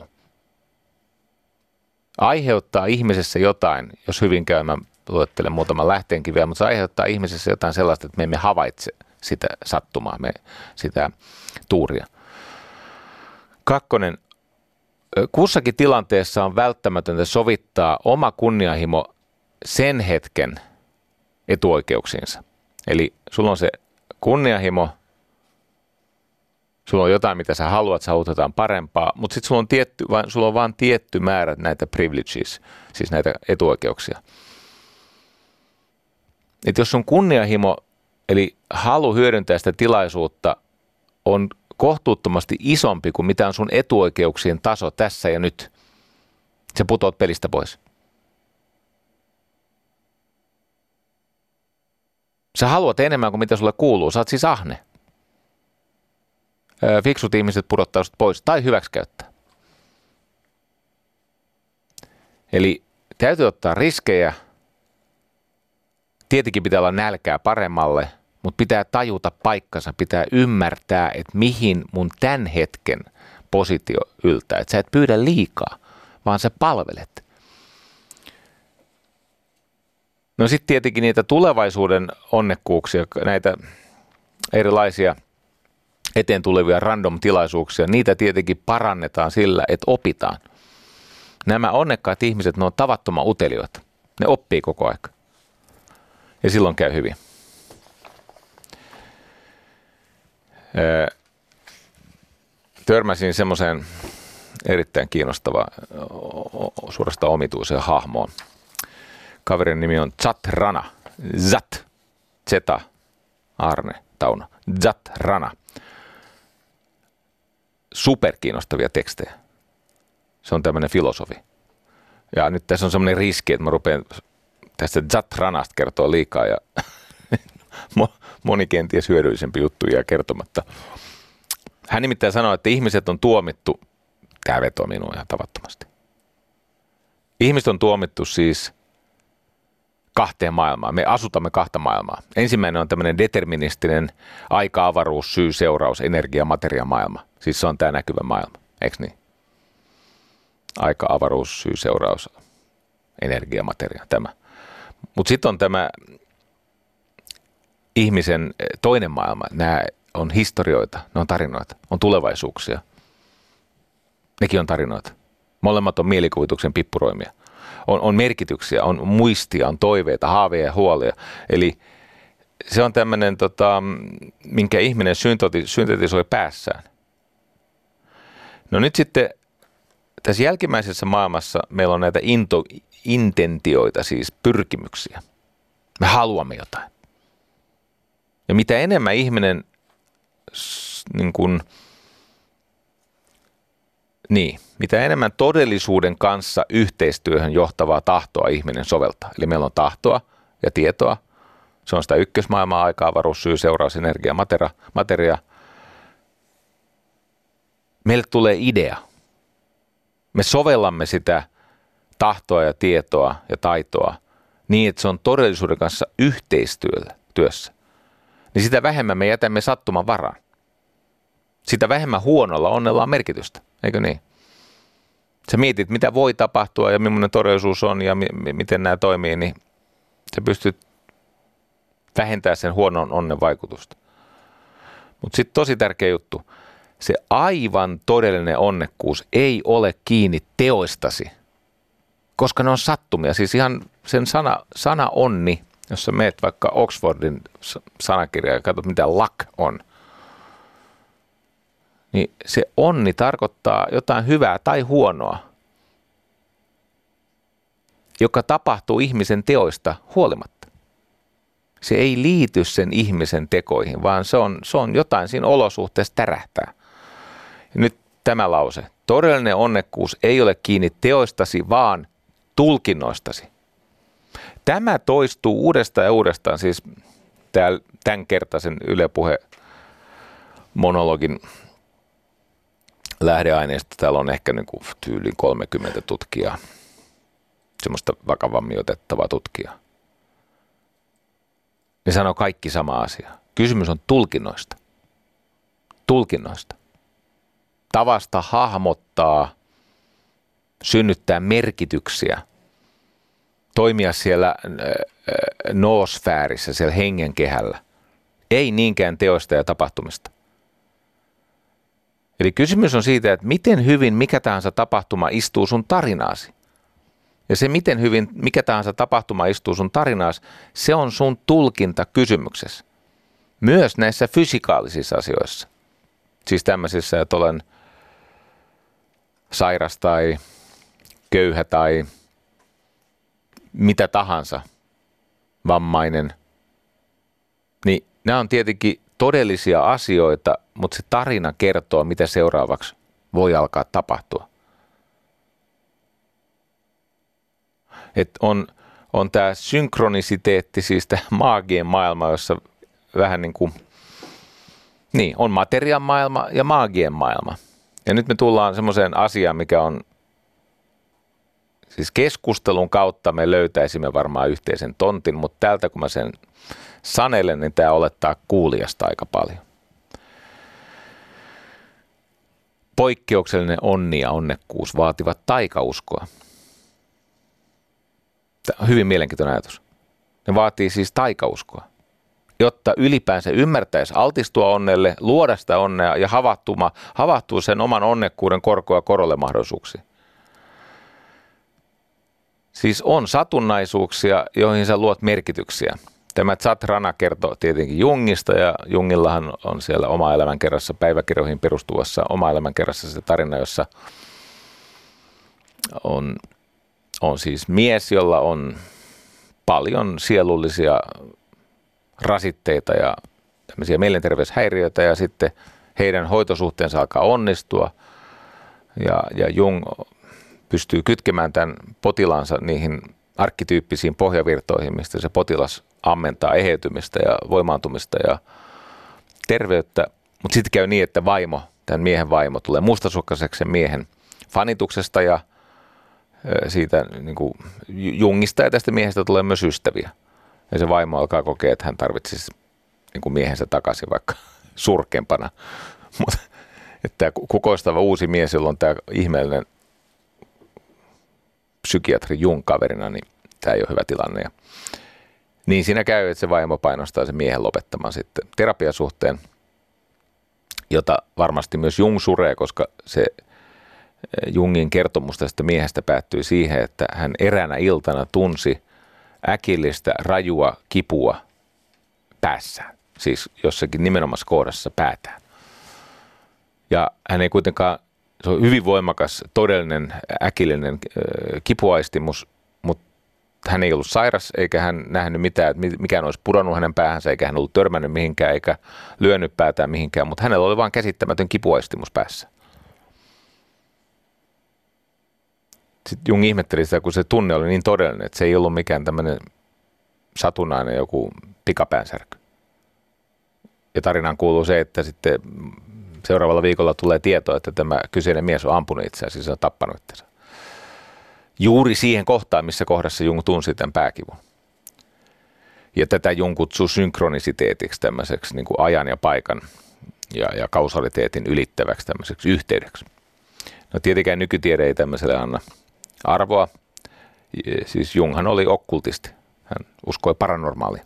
aiheuttaa ihmisessä jotain, jos hyvin käy, mä luettelen muutaman lähteenkin vielä, mutta se aiheuttaa ihmisessä jotain sellaista, että me emme havaitse sitä sattumaa, me, sitä tuuria. Kakkonen, kussakin tilanteessa on välttämätöntä sovittaa oma kunnianhimo sen hetken etuoikeuksiinsa. Eli sulla on se kunnianhimo, sulla on jotain, mitä sä haluat, sä haluat jotain parempaa, mutta sitten sulla on, tietty, sulla on vain tietty määrä näitä privileges, siis näitä etuoikeuksia. Et jos sun kunnianhimo, eli halu hyödyntää sitä tilaisuutta, on kohtuuttomasti isompi kuin mitä on sun etuoikeuksien taso tässä ja nyt, sä putoat pelistä pois. Sä haluat enemmän kuin mitä sulle kuuluu, sä oot siis ahne. fiksut ihmiset pudottaa sut pois tai hyväksikäyttää. Eli täytyy ottaa riskejä. Tietenkin pitää olla nälkää paremmalle, mutta pitää tajuta paikkansa, pitää ymmärtää, että mihin mun tämän hetken positio yltää. Että sä et pyydä liikaa, vaan sä palvelet. No sitten tietenkin niitä tulevaisuuden onnekkuuksia, näitä erilaisia eteen tulevia random-tilaisuuksia, niitä tietenkin parannetaan sillä, että opitaan. Nämä onnekkaat ihmiset, ne on tavattoman utelijoita. Ne oppii koko aika. Ja silloin käy hyvin. Törmäsin semmoiseen erittäin kiinnostavaan, suorastaan omituiseen hahmoon. Kaverin nimi on Zat Rana. Zat. Zeta. Arne. Tauno. Zat Rana. Superkiinnostavia tekstejä. Se on tämmöinen filosofi. Ja nyt tässä on semmoinen riski, että mä rupean tästä Zat Ranasta kertoa liikaa ja moni kenties hyödyllisempi juttu jää kertomatta. Hän nimittäin sanoi, että ihmiset on tuomittu, tämä vetoo minua ihan tavattomasti. Ihmiset on tuomittu siis kahteen maailmaan. Me asutamme kahta maailmaa. Ensimmäinen on tämmöinen deterministinen aika, avaruus, syy, seuraus, energia, materia maailma. Siis se on tämä näkyvä maailma, eikö niin? Aika, avaruus, syy, seuraus, energia, materia, tämä. Mutta sitten on tämä ihmisen toinen maailma. Nämä on historioita, ne on tarinoita, on tulevaisuuksia. Nekin on tarinoita. Molemmat on mielikuvituksen pippuroimia. On, on merkityksiä, on muistia, on toiveita, haaveja ja huolia. Eli se on tämmöinen, tota, minkä ihminen syntetisoi päässään. No nyt sitten tässä jälkimmäisessä maailmassa meillä on näitä into, intentioita, siis pyrkimyksiä. Me haluamme jotain. Ja mitä enemmän ihminen niin kuin, niin, mitä enemmän todellisuuden kanssa yhteistyöhön johtavaa tahtoa ihminen soveltaa. Eli meillä on tahtoa ja tietoa. Se on sitä ykkösmaailmaa, aikaa, avaruus, syy, seuraus, energia, materia, materia. Meille tulee idea. Me sovellamme sitä tahtoa ja tietoa ja taitoa niin, että se on todellisuuden kanssa yhteistyössä. Niin sitä vähemmän me jätämme sattuman varaan. Sitä vähemmän huonolla onnella on merkitystä, eikö niin? Sä mietit, mitä voi tapahtua ja millainen todellisuus on ja mi- miten nämä toimii, niin sä pystyt vähentämään sen huonon onnen vaikutusta. Mutta sitten tosi tärkeä juttu. Se aivan todellinen onnekkuus ei ole kiinni teoistasi, koska ne on sattumia. Siis ihan sen sana, sana onni, jos sä meet vaikka Oxfordin sanakirjaa ja katsot, mitä luck on, niin se onni tarkoittaa jotain hyvää tai huonoa, joka tapahtuu ihmisen teoista huolimatta. Se ei liity sen ihmisen tekoihin, vaan se on, se on jotain siinä olosuhteessa tärähtää. Ja nyt tämä lause. Todellinen onnekkuus ei ole kiinni teoistasi, vaan tulkinnoistasi. Tämä toistuu uudestaan ja uudestaan, siis tämän kertaisen Yle Puhe monologin lähdeaineesta. Täällä on ehkä niin kuin tyyliin kolmekymmentä tutkijaa, semmoista vakavammin otettavaa tutkijaa. Ne sanoo kaikki sama asia. Kysymys on tulkinnoista. Tulkinnoista. Tavasta hahmottaa, synnyttää merkityksiä, toimia siellä noosfäärissä, siellä hengenkehällä. Ei niinkään teoista ja tapahtumista. Eli kysymys on siitä, että miten hyvin mikä tahansa tapahtuma istuu sun tarinaasi. Ja se, miten hyvin mikä tahansa tapahtuma istuu sun tarinaasi, se on sun tulkinta kysymyksessä. Myös näissä fysikaalisissa asioissa. Siis tämmöisissä, että olen sairas tai köyhä tai mitä tahansa, vammainen. Niin nämä on tietenkin todellisia asioita, mutta se tarina kertoo, mitä seuraavaksi voi alkaa tapahtua. Et on, on tämä synkronisiteetti, siis tämä maagien maailma, jossa vähän niin kuin Niin, on materian maailma ja maagien maailma. Ja nyt me tullaan semmoiseen asiaan, mikä on, siis keskustelun kautta me löytäisimme varmaan yhteisen tontin, mutta täältä kun mä sen sanelen, niin tämä olettaa kuulijasta aika paljon. Poikkeuksellinen onni ja onnekkuus vaativat taikauskoa. Tämä on hyvin mielenkiintoinen ajatus. Ne vaatii siis taikauskoa, jotta ylipäänsä ymmärtäisi altistua onnelle, luoda sitä onnea ja havahtuma, havahtua sen oman onnekkuuden korkoa korolle mahdollisuuksiin. Siis on satunnaisuuksia, joihin sä luot merkityksiä. Tämä Zatrana kertoo tietenkin Jungista, ja Jungillahan on siellä oma elämänkerrassa, päiväkirjoihin perustuvassa oma elämänkerrassa se tarina, jossa on, on siis mies, jolla on paljon sielullisia rasitteita ja tämmöisiä mielenterveyshäiriöitä, ja sitten heidän hoitosuhteensa alkaa onnistua, ja, ja Jung pystyy kytkemään tämän potilaansa niihin arkkityyppisiin pohjavirtoihin, mistä se potilas ammentaa eheytymistä ja voimaantumista ja terveyttä, mutta sitten käy niin, että vaimo, tämän miehen vaimo tulee mustasukkaiseksi sen miehen fanituksesta ja siitä niin kuin Jungista ja tästä miehestä tulee myös ystäviä. Ja se vaimo alkaa kokea, että hän tarvitsisi niin kuin miehensä takaisin vaikka surkeampana. Mutta tämä kukoistava uusi mies, jolla on tämä ihmeellinen psykiatri Jung kaverina, niin tämä ei ole hyvä tilanne. Ja niin siinä käy, että se vaimo painostaa sen miehen lopettamaan sitten terapiasuhteen, jota varmasti myös Jung suree, koska se Jungin kertomus tästä miehestä päättyi siihen, että hän eräänä iltana tunsi äkillistä rajua kipua päässään, siis jossakin nimenomaisessa kohdassa päätään. Ja hän ei kuitenkaan, se on hyvin voimakas, todellinen äkillinen kipuaistimus, mutta hän ei ollut sairas, eikä hän nähnyt mitään, että mikään olisi pudonnut hänen päähänsä, eikä hän ollut törmännyt mihinkään, eikä lyönyt päätään mihinkään, mutta hänellä oli vain käsittämätön kipuaistimus päässä. Sitten Jung ihmetteli sitä, kun se tunne oli niin todellinen, että se ei ollut mikään tämmöinen satunnainen joku pikapäänsärky. Ja tarinaan kuuluu se, että sitten seuraavalla viikolla tulee tieto, että tämä kyseinen mies on ampunut itseään, siis on tappanut itsensä. Juuri siihen kohtaan, missä kohdassa Jung tunsi tämän pääkivun. Ja tätä Jung kutsuu synkronisiteetiksi, tämmöiseksi niin kuin ajan ja paikan ja, ja kausaliteetin ylittäväksi tämmöiseksi yhteydeksi. No tietenkään nykytiede ei tämmöiselle anna arvoa. Siis Junghan oli okkultisti. Hän uskoi paranormaaliin.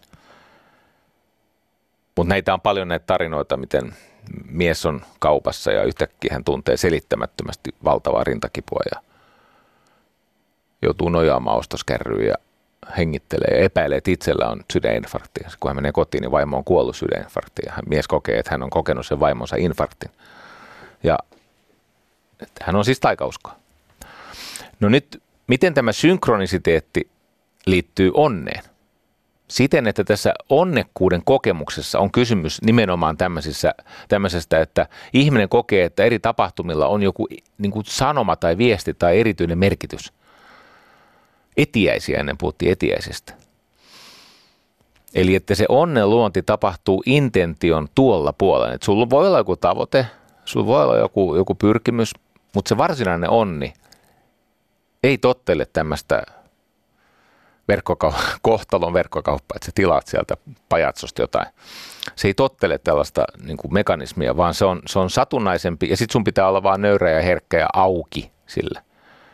Mutta näitä on paljon näitä tarinoita, miten mies on kaupassa ja yhtäkkiä hän tuntee selittämättömästi valtavaa rintakipua ja joutuu nojaamaan ostoskärryyn ja hengittelee ja epäilee, että itsellä on sydäninfarkti. Kun hän menee kotiin, niin vaimo on kuollut sydäninfarktiin ja mies kokee, että hän on kokenut sen vaimonsa infarktin. Ja hän on siis taikauskoa. No nyt, miten tämä synkronisiteetti liittyy onneen? Siten, että tässä onnekkuuden kokemuksessa on kysymys nimenomaan tämmöisestä, että ihminen kokee, että eri tapahtumilla on joku niin kuin sanoma tai viesti tai erityinen merkitys. Etiäisiä, ennen puhuttiin etiäisestä. Eli että se onnen luonti tapahtuu intention tuolla puolella. Että sulla voi olla joku tavoite, sulla voi olla joku, joku pyrkimys, mutta se varsinainen onni ei tottele tämmöistä verkkokau- kohtalon verkkokauppaa, että sä tilaat sieltä pajatsosta jotain. Se ei tottele tällaista niin kuin mekanismia, vaan se on, se on satunnaisempi ja sit sun pitää olla vaan nöyrä ja herkkä ja auki sille.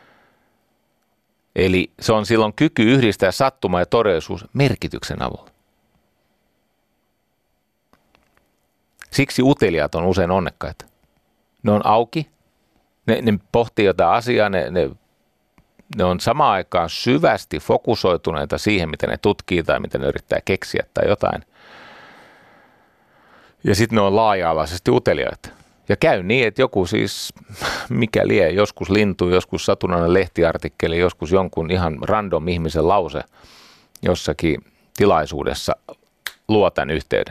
Eli se on silloin kyky yhdistää sattuma ja todellisuus merkityksen avulla. Siksi uteliaat on usein onnekkaita. Ne on auki, ne, ne pohtii jotain asiaa, ne, ne, ne on samaan aikaan syvästi fokusoituneita siihen, mitä ne tutkii tai mitä ne yrittää keksiä tai jotain. Ja sitten ne on laaja-alaisesti uteliaita. Ja käy niin, että joku siis, mikä lie, joskus lintu, joskus satunnainen lehtiartikkeli, joskus jonkun ihan random ihmisen lause jossakin tilaisuudessa luo tämän yhteyden.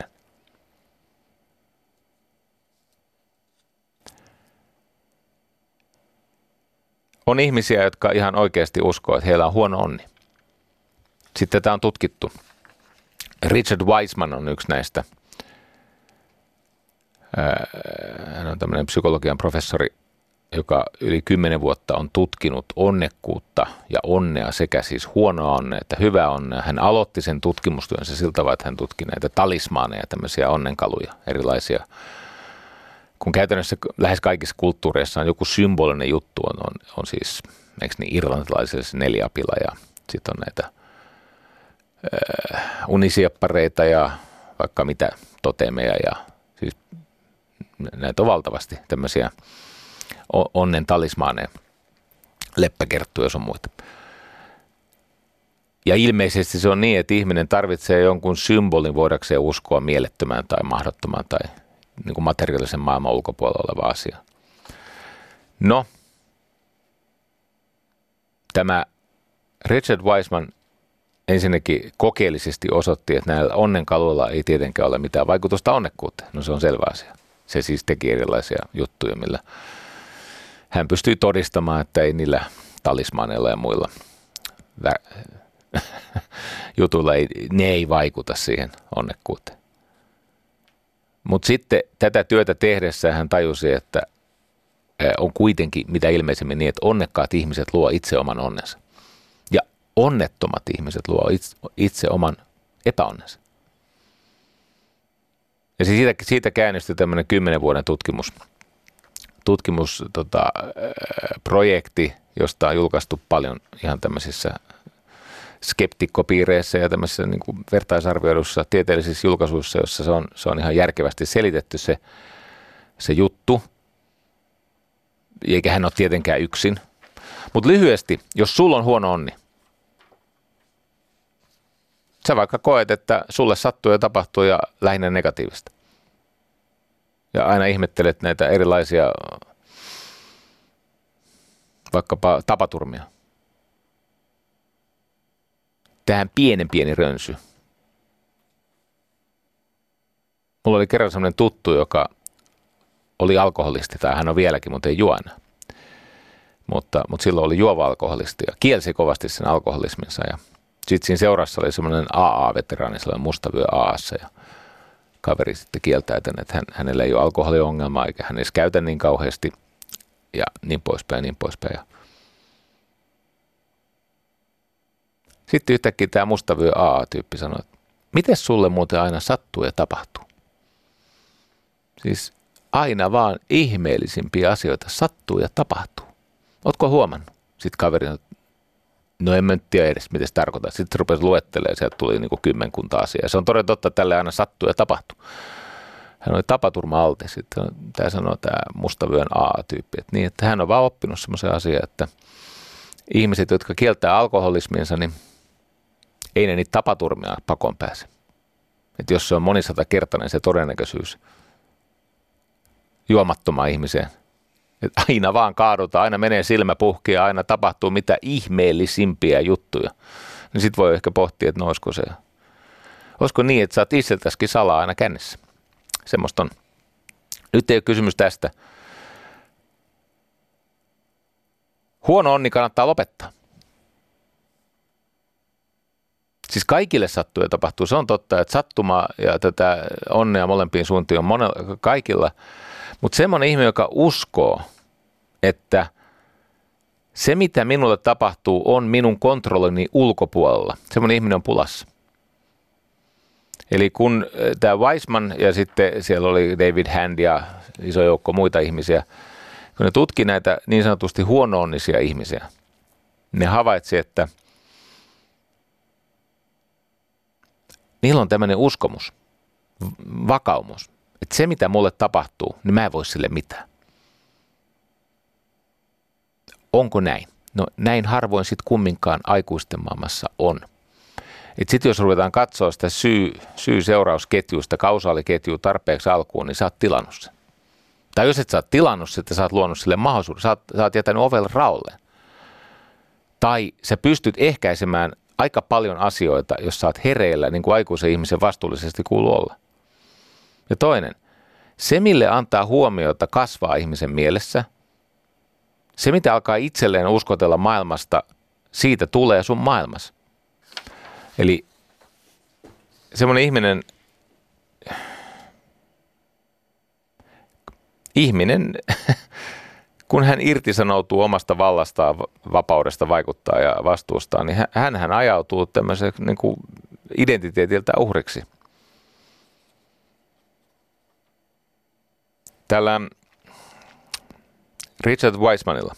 On ihmisiä, jotka ihan oikeasti uskoo, että heillä on huono onni. Sitten tätä on tutkittu. Richard Wiseman on yksi näistä Hän on tämmöinen psykologian professori, joka yli kymmenen vuotta on tutkinut onnekkuutta ja onnea, sekä siis huonoa onnea että hyvää onnea. Hän aloitti sen tutkimustyönsä siltä tavalla, että hän tutki näitä talismaaneja, tämmöisiä onnenkaluja, erilaisia. Kun käytännössä lähes kaikissa kulttuureissa on joku symbolinen juttu, on, on, on siis, eikö niin, irlantilaisilla se neljäpila ja sitten on näitä äh, unisieppareita ja vaikka mitä totemeja ja siis näitä on valtavasti tämmöisiä onnen talismaaneja, leppäkerttuja jos on muita. Ja ilmeisesti se on niin, että ihminen tarvitsee jonkun symbolin voidakseen uskoa mielettömään tai mahdottomaan tai niin kuin materiaalisen maailman ulkopuolella oleva asia. No, tämä Richard Wiseman ensinnäkin kokeellisesti osoitti, että näillä onnenkaluilla ei tietenkään ole mitään vaikutusta onnekkuuteen. No se on selvä asia. Se siis teki erilaisia juttuja, millä hän pystyi todistamaan, että ei niillä talismaaneilla ja muilla vä- jutuilla, ei, ne ei vaikuta siihen onnekkuuteen. Mutta sitten tätä työtä tehdessä hän tajusi, että on kuitenkin mitä ilmeisemmin niin, että onnekkaat ihmiset luo itse oman onnensa. Ja onnettomat ihmiset luo itse, itse oman epäonnensa. Ja siitä, siitä käynnistyi tämmöinen kymmenen vuoden tutkimus, tutkimusprojekti, tota, projekti, josta on julkaistu paljon ihan tämmöisissä skeptikkopiireissä ja tämmöisissä niin kuin vertaisarvioidussa tieteellisissä julkaisuissa, jossa se on, se on ihan järkevästi selitetty se, se juttu. Eikä hän ole tietenkään yksin. Mutta lyhyesti, jos sulla on huono onni, sä vaikka koet, että sulle sattuu ja tapahtuu ja lähinnä negatiivista. Ja aina ihmettelet näitä erilaisia vaikkapa tapaturmia. Tähän pienen pieni rönsy. Mulla oli kerran sellainen tuttu, joka oli alkoholisti, tai hän on vieläkin, mutta ei juo enää. Mutta, mutta silloin oli juova alkoholisti ja kielsi kovasti sen alkoholisminsa. Ja sitten siinä seurassa oli semmoinen A A-veteraani, sellainen mustavyö A A:ssa ja kaveri sitten kieltää tämän, että hän, hänellä ei ole alkoholiongelmaa eikä hän edes käytä niin kauheasti ja niin poispäin ja niin poispäin. Ja sitten yhtäkkiä tämä mustavyö A A-tyyppi sanoi, että mites sulle muuten aina sattuu ja tapahtuu? Siis aina vaan ihmeellisimpiä asioita sattuu ja tapahtuu. Ootko huomannut? Sitten kaveri sanoi, no en mä nyt tiedä edes, mitä se tarkoittaa. Sitten se rupesi luettelemaan ja sieltä tuli niin kuin kymmenkunta asiaa. Se on todella totta, että tälle aina sattuu ja tapahtuu. Hän oli tapaturma-altis. Sitten tämä sanoo tämä mustavyön A A-tyyppi, että, niin, että hän on vaan oppinut semmoisen asian, että ihmiset, jotka kieltää alkoholisminsa, niin ei ne niitä tapaturmia pakoon pääse. Että jos se on monisatakertainen se todennäköisyys juomattomaan ihmiseen, että aina vaan kaadutaan, aina menee silmä puhki ja aina tapahtuu mitä ihmeellisimpiä juttuja, niin sit voi ehkä pohtia, että no olisiko se, olisiko niin, että sä oot itseltäskin salaa aina kännissä. Semmosta on. Nyt ei ole kysymys tästä. Huono onni kannattaa lopettaa. Siis kaikille sattuu ja tapahtuu. Se on totta, että sattuma ja tätä onnea molempiin suuntiin on monella, kaikilla. Mutta semmoinen ihminen, joka uskoo, että se mitä minulle tapahtuu on minun kontrollini ulkopuolella. Semmoinen ihminen on pulassa. Eli kun tämä Wiseman ja sitten siellä oli David Hand ja iso joukko muita ihmisiä, kun ne tutki näitä niin sanotusti huono-onnisia ihmisiä, ne havaitsi, että niillä on tämmöinen uskomus, vakaumus, että se mitä mulle tapahtuu, niin mä en voi sille mitään. Onko näin? No näin harvoin sitten kumminkaan aikuisten maailmassa on. Sitten jos ruvetaan katsoa sitä syy, syy-seurausketjua, sitä kausaaliketjua tarpeeksi alkuun, niin sä oot tilannut sen. Tai jos et sä oot tilannut sitä, sä oot luonut sille mahdollisuuden, sä oot, sä oot jätänyt ovelle raolleen. Tai sä pystyt ehkäisemään aika paljon asioita, jos sä oot hereillä, niin kuin aikuisen ihmisen vastuullisesti kuuluu olla. Ja toinen, se mille antaa huomiota kasvaa ihmisen mielessä, se mitä alkaa itselleen uskotella maailmasta, siitä tulee sun maailmassa. Eli semmoinen ihminen, ihminen, kun hän irtisanoutuu omasta vallastaan, vapaudesta vaikuttaa ja vastuustaan, niin hän, hän ajautuu tämmöisen niin kuin identiteetiltä uhriksi. Tällä Richard Wisemanilla,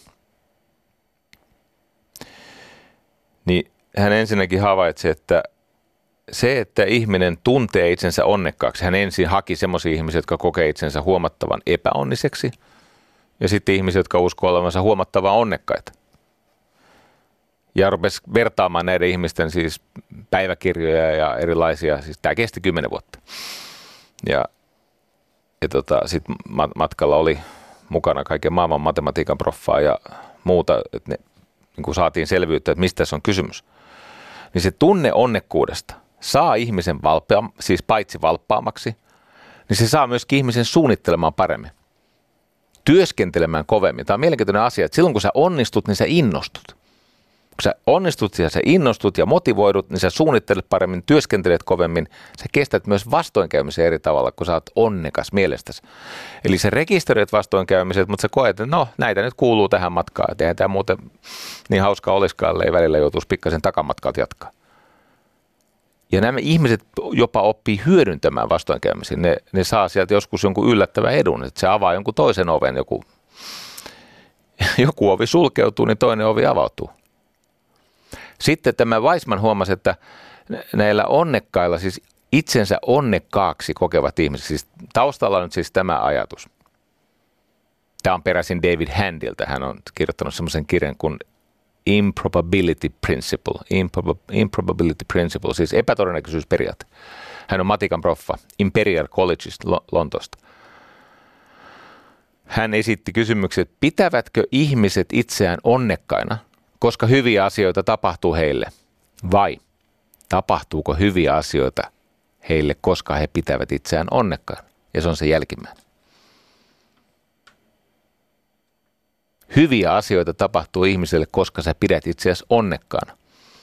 niin hän ensinnäkin havaitsi, että se, että ihminen tuntee itsensä onnekkaaksi, hän ensin haki semmoisia ihmisiä, jotka kokee itsensä huomattavan epäonniseksi, ja sitten ihmisiä, jotka uskoo olevansa huomattavan onnekkaita. Ja rupesi vertaamaan näiden ihmisten siis päiväkirjoja ja erilaisia, siis tämä kesti kymmenen vuotta. Ja, ja tota, sitten matkalla oli mukana kaiken maailman matematiikan proffaa ja muuta, että ne, niin kuin saatiin selvyyttä, että mistä tässä on kysymys. Niin se tunne onnekkuudesta saa ihmisen valppea, siis paitsi valppaamaksi, niin se saa myöskin ihmisen suunnittelemaan paremmin, työskentelemään kovemmin. Tämä on mielenkiintoinen asia, että silloin kun sä onnistut, niin sä innostut. Kun sä onnistut ja sä innostut ja motivoidut, niin sä suunnittelet paremmin, työskentelet kovemmin. Sä kestät myös vastoinkäymisen eri tavalla, kun sä oot onnekas mielestäsi. Eli sä rekisteröit vastoinkäymiset, mutta sä koet, että no näitä nyt kuuluu tähän matkaan. Eihän tämä muuten niin hauskaa olisikaan, ei välillä joutuisi pikkasen takamatkalta jatkaa. Ja nämä ihmiset jopa oppii hyödyntämään vastoinkäymisiä. Ne, ne saa sieltä joskus jonkun yllättävän edun, että se avaa jonkun toisen oven. Joku, joku ovi sulkeutuu, niin toinen ovi avautuu. Sitten tämä Wiseman huomasi, että näillä onnekkailla, siis itsensä onnekkaaksi kokevat ihmiset, siis taustalla on nyt siis tämä ajatus. Tämä on peräisin David Handilta. Hän on kirjoittanut semmoisen kirjan kuin Improbability Principle. Improb- Improbability Principle, siis epätodennäköisyysperiaate. Hän on matikan proffa Imperial Collegeista Lontoosta. Hän esitti kysymyksen, että pitävätkö ihmiset itseään onnekkaina, koska hyviä asioita tapahtuu heille, vai tapahtuuko hyviä asioita heille, koska he pitävät itseään onnekkaina? Ja se on se jälkimmäinen. Hyviä asioita tapahtuu ihmiselle, koska sä pidät itseäsi onnekkaana.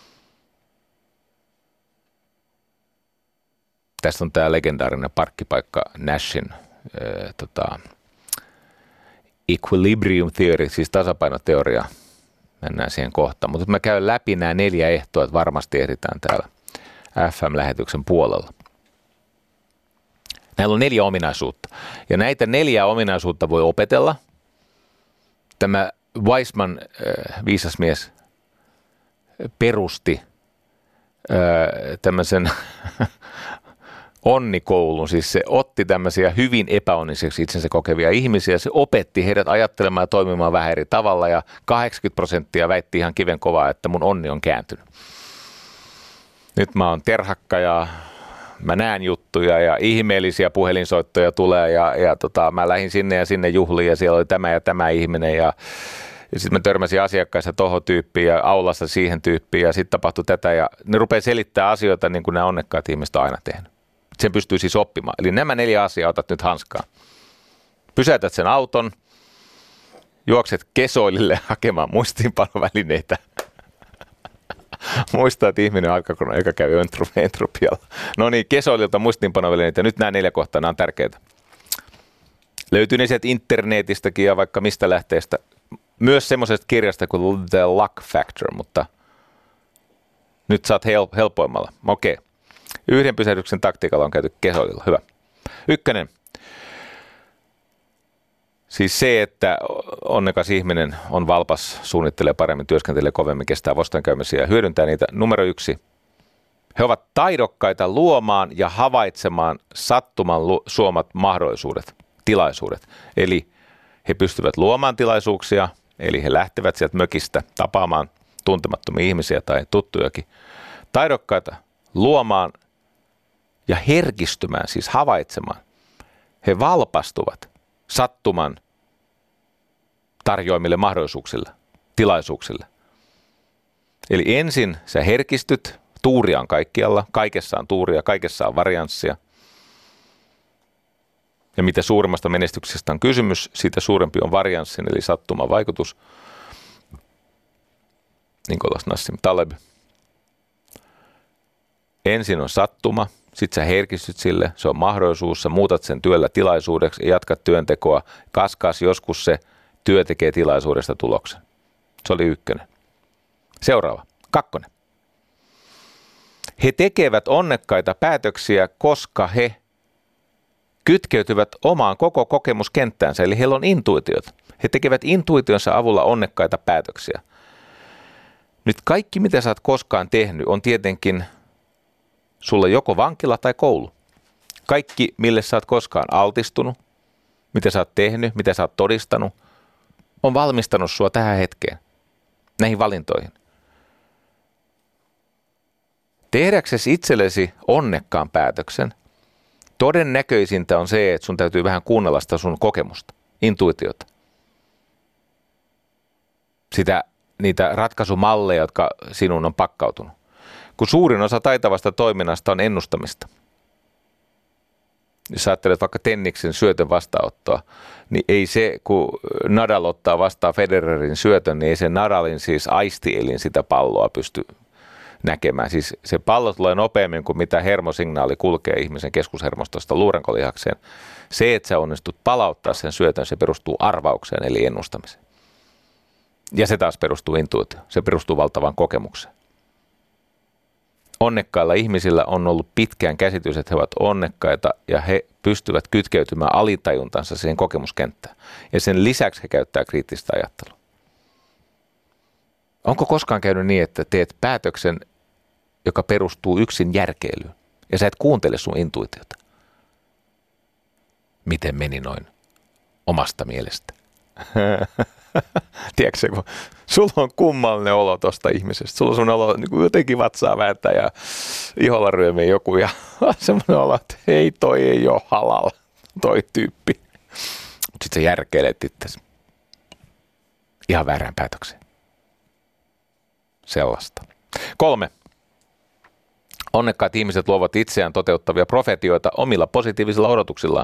Tässä on tämä legendaarinen parkkipaikka Nashin äh, tota, equilibrium theory, siis tasapainoteoria. Mennään siihen kohtaan. Mutta mä käyn läpi nämä neljä ehtoa, että varmasti ehditään täällä F M-lähetyksen puolella. Näillä on neljä ominaisuutta. Ja näitä neljää ominaisuutta voi opetella. Tämä Wiseman, äh, viisas mies, perusti äh, tämmöisen onnikoulun. Siis se otti tämmöisiä hyvin epäonniseksi itsensä kokevia ihmisiä. Se opetti heidät ajattelemaan ja toimimaan vähän eri tavalla. Ja kahdeksankymmentä prosenttia väitti ihan kiven kovaa, että mun onni on kääntynyt. Nyt mä oon terhakka ja mä näen juttuja ja ihmeellisiä puhelinsoittoja tulee ja, ja tota, mä lähdin sinne ja sinne juhliin ja siellä oli tämä ja tämä ihminen ja, ja sitten mä törmäsin asiakkaissa tohon tyyppiin ja aulassa siihen tyyppiin ja sitten tapahtui tätä ja ne rupeaa selittämään asioita niin kuin nämä onnekkaat ihmiset on aina tehnyt. Sen pystyy siis oppimaan. Eli nämä neljä asiaa otat nyt hanskaan. Pysäytät sen auton, juokset kesoilille hakemaan muistiinpanovälineitä. Muista, että ihminen on aika, kun eikä käy entropialla. No niin, kesoililta muistiinpanovälineitä. Nyt nämä neljä kohtaa, nämä on tärkeitä. Löytyy ne sieltä internetistäkin ja vaikka mistä lähteestä. Myös semmoisesta kirjasta kuin The Luck Factor, mutta nyt saat hel- helpoimmalla. Okei. Okay. Yhden pysähdyksen taktiikalla on käyty kesoililla. Hyvä. Ykkönen. Siis se, että onnekas ihminen on valpas, suunnittelee paremmin, työskentelee kovemmin, kestää vastoinkäymisiä ja hyödyntää niitä. Numero yksi. He ovat taidokkaita luomaan ja havaitsemaan sattuman suomat mahdollisuudet, tilaisuudet. Eli he pystyvät luomaan tilaisuuksia, eli he lähtevät sieltä mökistä tapaamaan tuntemattomia ihmisiä tai tuttujakin. Taidokkaita luomaan ja herkistymään, siis havaitsemaan. He valpastuvat sattuman tarjoamille mahdollisuuksille, tilaisuuksille. Eli ensin sä herkistyt, tuuria on kaikkialla, kaikessa on tuuria, kaikessa on varianssia. Ja mitä suuremmasta menestyksestä on kysymys, siitä suurempi on varianssin, eli sattuman vaikutus. Nicolas Nassim Taleb. Ensin on sattuma, sit sä herkistyt sille, se on mahdollisuus, sä muutat sen työllä tilaisuudeksi ja jatkat työntekoa. Kaskas joskus se työ tekee tilaisuudesta tuloksen. Se oli ykkönen. Seuraava, kakkonen. He tekevät onnekkaita päätöksiä, koska he kytkeytyvät omaan koko kokemuskenttäänsä, eli heillä on intuitiot. He tekevät intuitionsa avulla onnekkaita päätöksiä. Nyt kaikki, mitä sä oot koskaan tehnyt, on tietenkin sulla joko vankila tai koulu. Kaikki, mille sä oot koskaan altistunut, mitä sä oot tehnyt, mitä sä oot todistanut, on valmistanut sua tähän hetkeen, näihin valintoihin. Tehdäksesi itsellesi onnekkaan päätöksen, todennäköisintä on se, että sun täytyy vähän kuunnella sitä sun kokemusta, intuitiota. Sitä, niitä ratkaisumalleja, jotka sinun on pakkautunut. Kun suurin osa taitavasta toiminnasta on ennustamista. Jos ajattelet vaikka tenniksen syötön vastaanottoa, niin ei se, kun Nadal ottaa vastaan Federerin syötön, niin ei se Nadalin siis aistielin sitä palloa pysty näkemään. Siis se pallo tulee nopeammin kuin mitä hermosignaali kulkee ihmisen keskushermostosta luurankollihakseen. Se, että sä onnistut palauttaa sen syötön, se perustuu arvaukseen eli ennustamiseen. Ja se taas perustuu intuitioon. Se perustuu valtavaan kokemukseen. Onnekkailla ihmisillä on ollut pitkään käsitys, että he ovat onnekkaita ja he pystyvät kytkeytymään alitajuntansa siihen kokemuskenttään. Ja sen lisäksi he käyttää kriittistä ajattelua. Onko koskaan käynyt niin, että teet päätöksen, joka perustuu yksin järkeilyyn ja sä et kuuntele sun intuitiota? Miten meni noin omasta mielestä? Tiedätkö, kun sulla on kummallinen olo tuosta ihmisestä. Sulla on semmoinen olo, niin kuin jotenkin vatsaa vääntää ja iholla ryömii joku ja semmoinen olo, että hei, toi ei ole halal, toi tyyppi. Mutta sitten sä järkeilet itse ihan väärään päätökseen. Sellaista. Kolme. Onnekkaat ihmiset luovat itseään toteuttavia profetioita omilla positiivisilla odotuksillaan.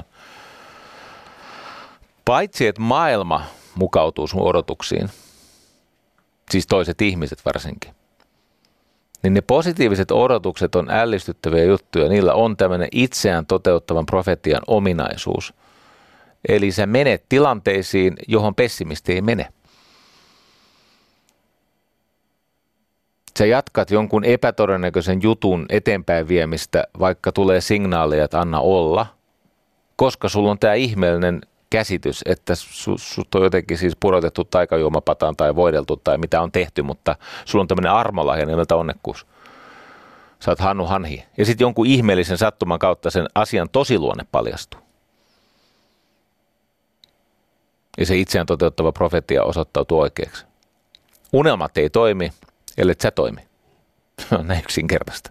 Paitsi että maailma mukautuu sun odotuksiin, siis toiset ihmiset varsinkin, niin ne positiiviset odotukset on ällistyttäviä juttuja. Niillä on tämmöinen itseään toteuttavan profetian ominaisuus. Eli sä menet tilanteisiin, johon pessimisti ei mene. Sä jatkat jonkun epätodennäköisen jutun eteenpäin viemistä, vaikka tulee signaaleja, että anna olla, koska sulla on tämä ihmeellinen käsitys, että su, sut on jotenkin siis pudotettu taikajuomapataan tai voideltu tai mitä on tehty, mutta sulla on tämmöinen armolahja nimeltä onnekkuus. Sä oot Hannu Hanhi. Ja sitten jonkun ihmeellisen sattuman kautta sen asian tosiluonne paljastuu. Ja se itseään toteuttava profetia osoittautuu oikeaksi. Unelmat ei toimi, ellei sä toimi. Se on näin yksinkertaista.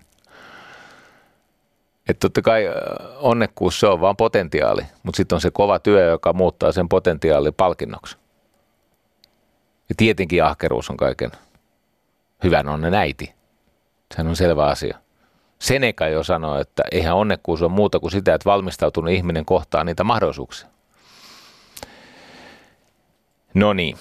Että totta kai onnekkuus se on vaan potentiaali, mutta sitten on se kova työ, joka muuttaa sen potentiaalin palkinnoksi. Ja tietenkin ahkeruus on kaiken hyvän onnen äiti. Sehän on selvä asia. Seneca jo sanoi, että eihän onnekkuus ole muuta kuin sitä, että valmistautunut ihminen kohtaa niitä mahdollisuuksia. No niin.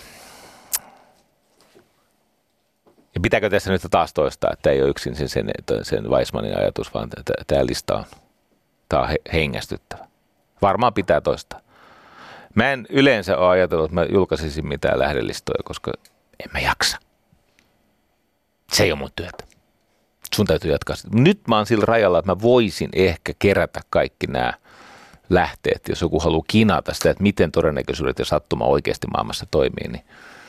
Ja pitääkö tässä nyt taas toistaa, että ei ole yksin sen, sen, sen Weismanin ajatus, vaan tämä lista on, tämä on hengästyttävä. Varmaan pitää toistaa. Mä en yleensä ole ajatellut, että mä julkaisisin mitään lähdelistoja, koska en mä jaksa. Se ei ole mun työtä. Sun täytyy jatkaa sitä. Nyt mä oon sillä rajalla, että mä voisin ehkä kerätä kaikki nämä lähteet, jos joku haluaa kinata sitä, että miten todennäköisyydet ja sattuma oikeasti maailmassa toimii, niin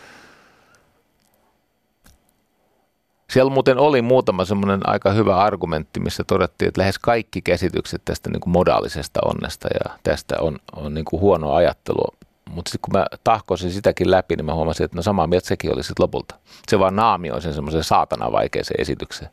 siellä muuten oli muutama semmoinen aika hyvä argumentti, missä todettiin, että lähes kaikki käsitykset tästä niin kuin modaalisesta onnesta ja tästä on, on niin kuin huonoa ajattelua. Mutta sitten kun mä tahkoisin sitäkin läpi, niin mä huomasin, että no samaa mieltä sekin oli sitten lopulta. Se vaan naamioi sen semmoisen saatana vaikeaseen esitykseen.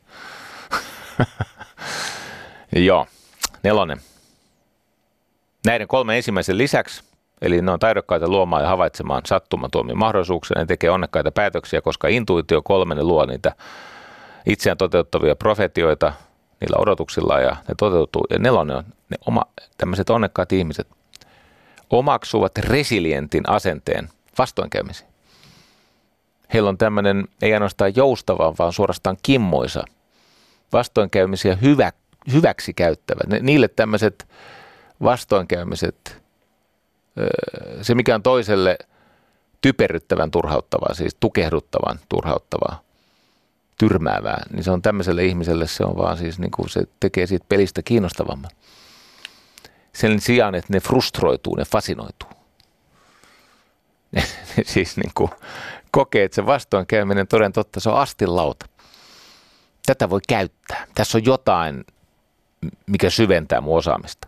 Joo, nelonen. Näiden kolmen ensimmäisen lisäksi, eli ne on taidokkaita luomaan ja havaitsemaan sattuman tuomia mahdollisuuksia, ne tekee onnekkaita päätöksiä, koska intuitio kolmen luo niitä itseään toteuttavia profetioita niillä odotuksilla ja ne toteutuu. Ja nelonen on ne oma, tämmöiset onnekkaat ihmiset omaksuvat resilientin asenteen vastoinkäymisiin. Heillä on tämmöinen ei ainoastaan joustava, vaan suorastaan kimmoisa vastoinkäymisiä hyvä, hyväksi käyttävät. Ne, niille tämmöiset vastoinkäymiset, se mikä on toiselle typerryttävän turhauttavaa, siis tukehduttavan turhauttavaa, tyrmäävää, niin se on tämmöiselle ihmiselle, se on vaan siis niin kuin se tekee siitä pelistä kiinnostavamman. Sen sijaan, että ne frustroituu, ne fasinoituu. Ne, ne siis niin kuin kokee, että se vastoinkäyminen toden totta, se on astinlauta. Tätä voi käyttää. Tässä on jotain, mikä syventää mun osaamista.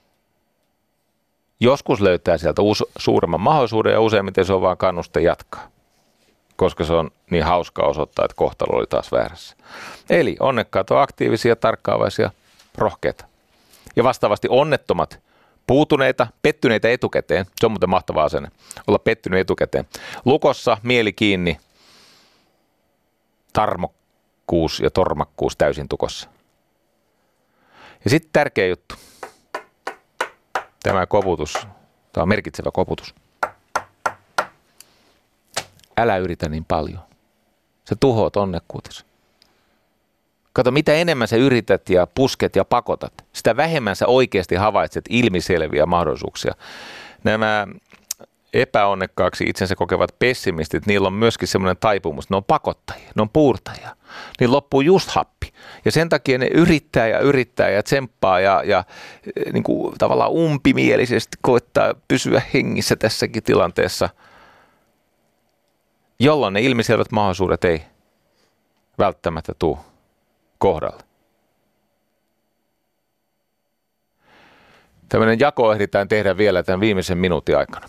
Joskus löytää sieltä uus, suuremman mahdollisuuden ja useimmiten se on vaan kannuste jatkaa. Koska se on niin hauskaa osoittaa, että kohtalo oli taas väärässä. Eli onnekkaat on aktiivisia, tarkkaavaisia, rohkeita. Ja vastaavasti onnettomat, puutuneita, pettyneitä etukäteen. Se on muuten mahtava asenne, olla pettynyt etukäteen. Lukossa, mieli kiinni, tarmokkuus ja tormakkuus täysin tukossa. Ja sitten tärkeä juttu. Tämä koputus, tämä on merkitsevä koputus. Älä yritä niin paljon. Sä tuhoat onnekkuutesi. Kato, mitä enemmän sä yrität ja pusket ja pakotat, sitä vähemmän sä oikeasti havaitset ilmiselviä mahdollisuuksia. Nämä epäonnekkaaksi itsensä kokevat pessimistit, niillä on myöskin semmoinen taipumus, ne on pakottajia, ne on puurtajia. Niin loppuu just happi. Ja sen takia ne yrittää ja yrittää ja tsemppaa ja, ja niin kuin tavallaan umpimielisesti koittaa pysyä hengissä tässäkin tilanteessa, jolloin ne ilmiselvät mahdollisuudet ei välttämättä tule kohdalle. Tämmöinen jako ehditään tehdä vielä tämän viimeisen minuutin aikana.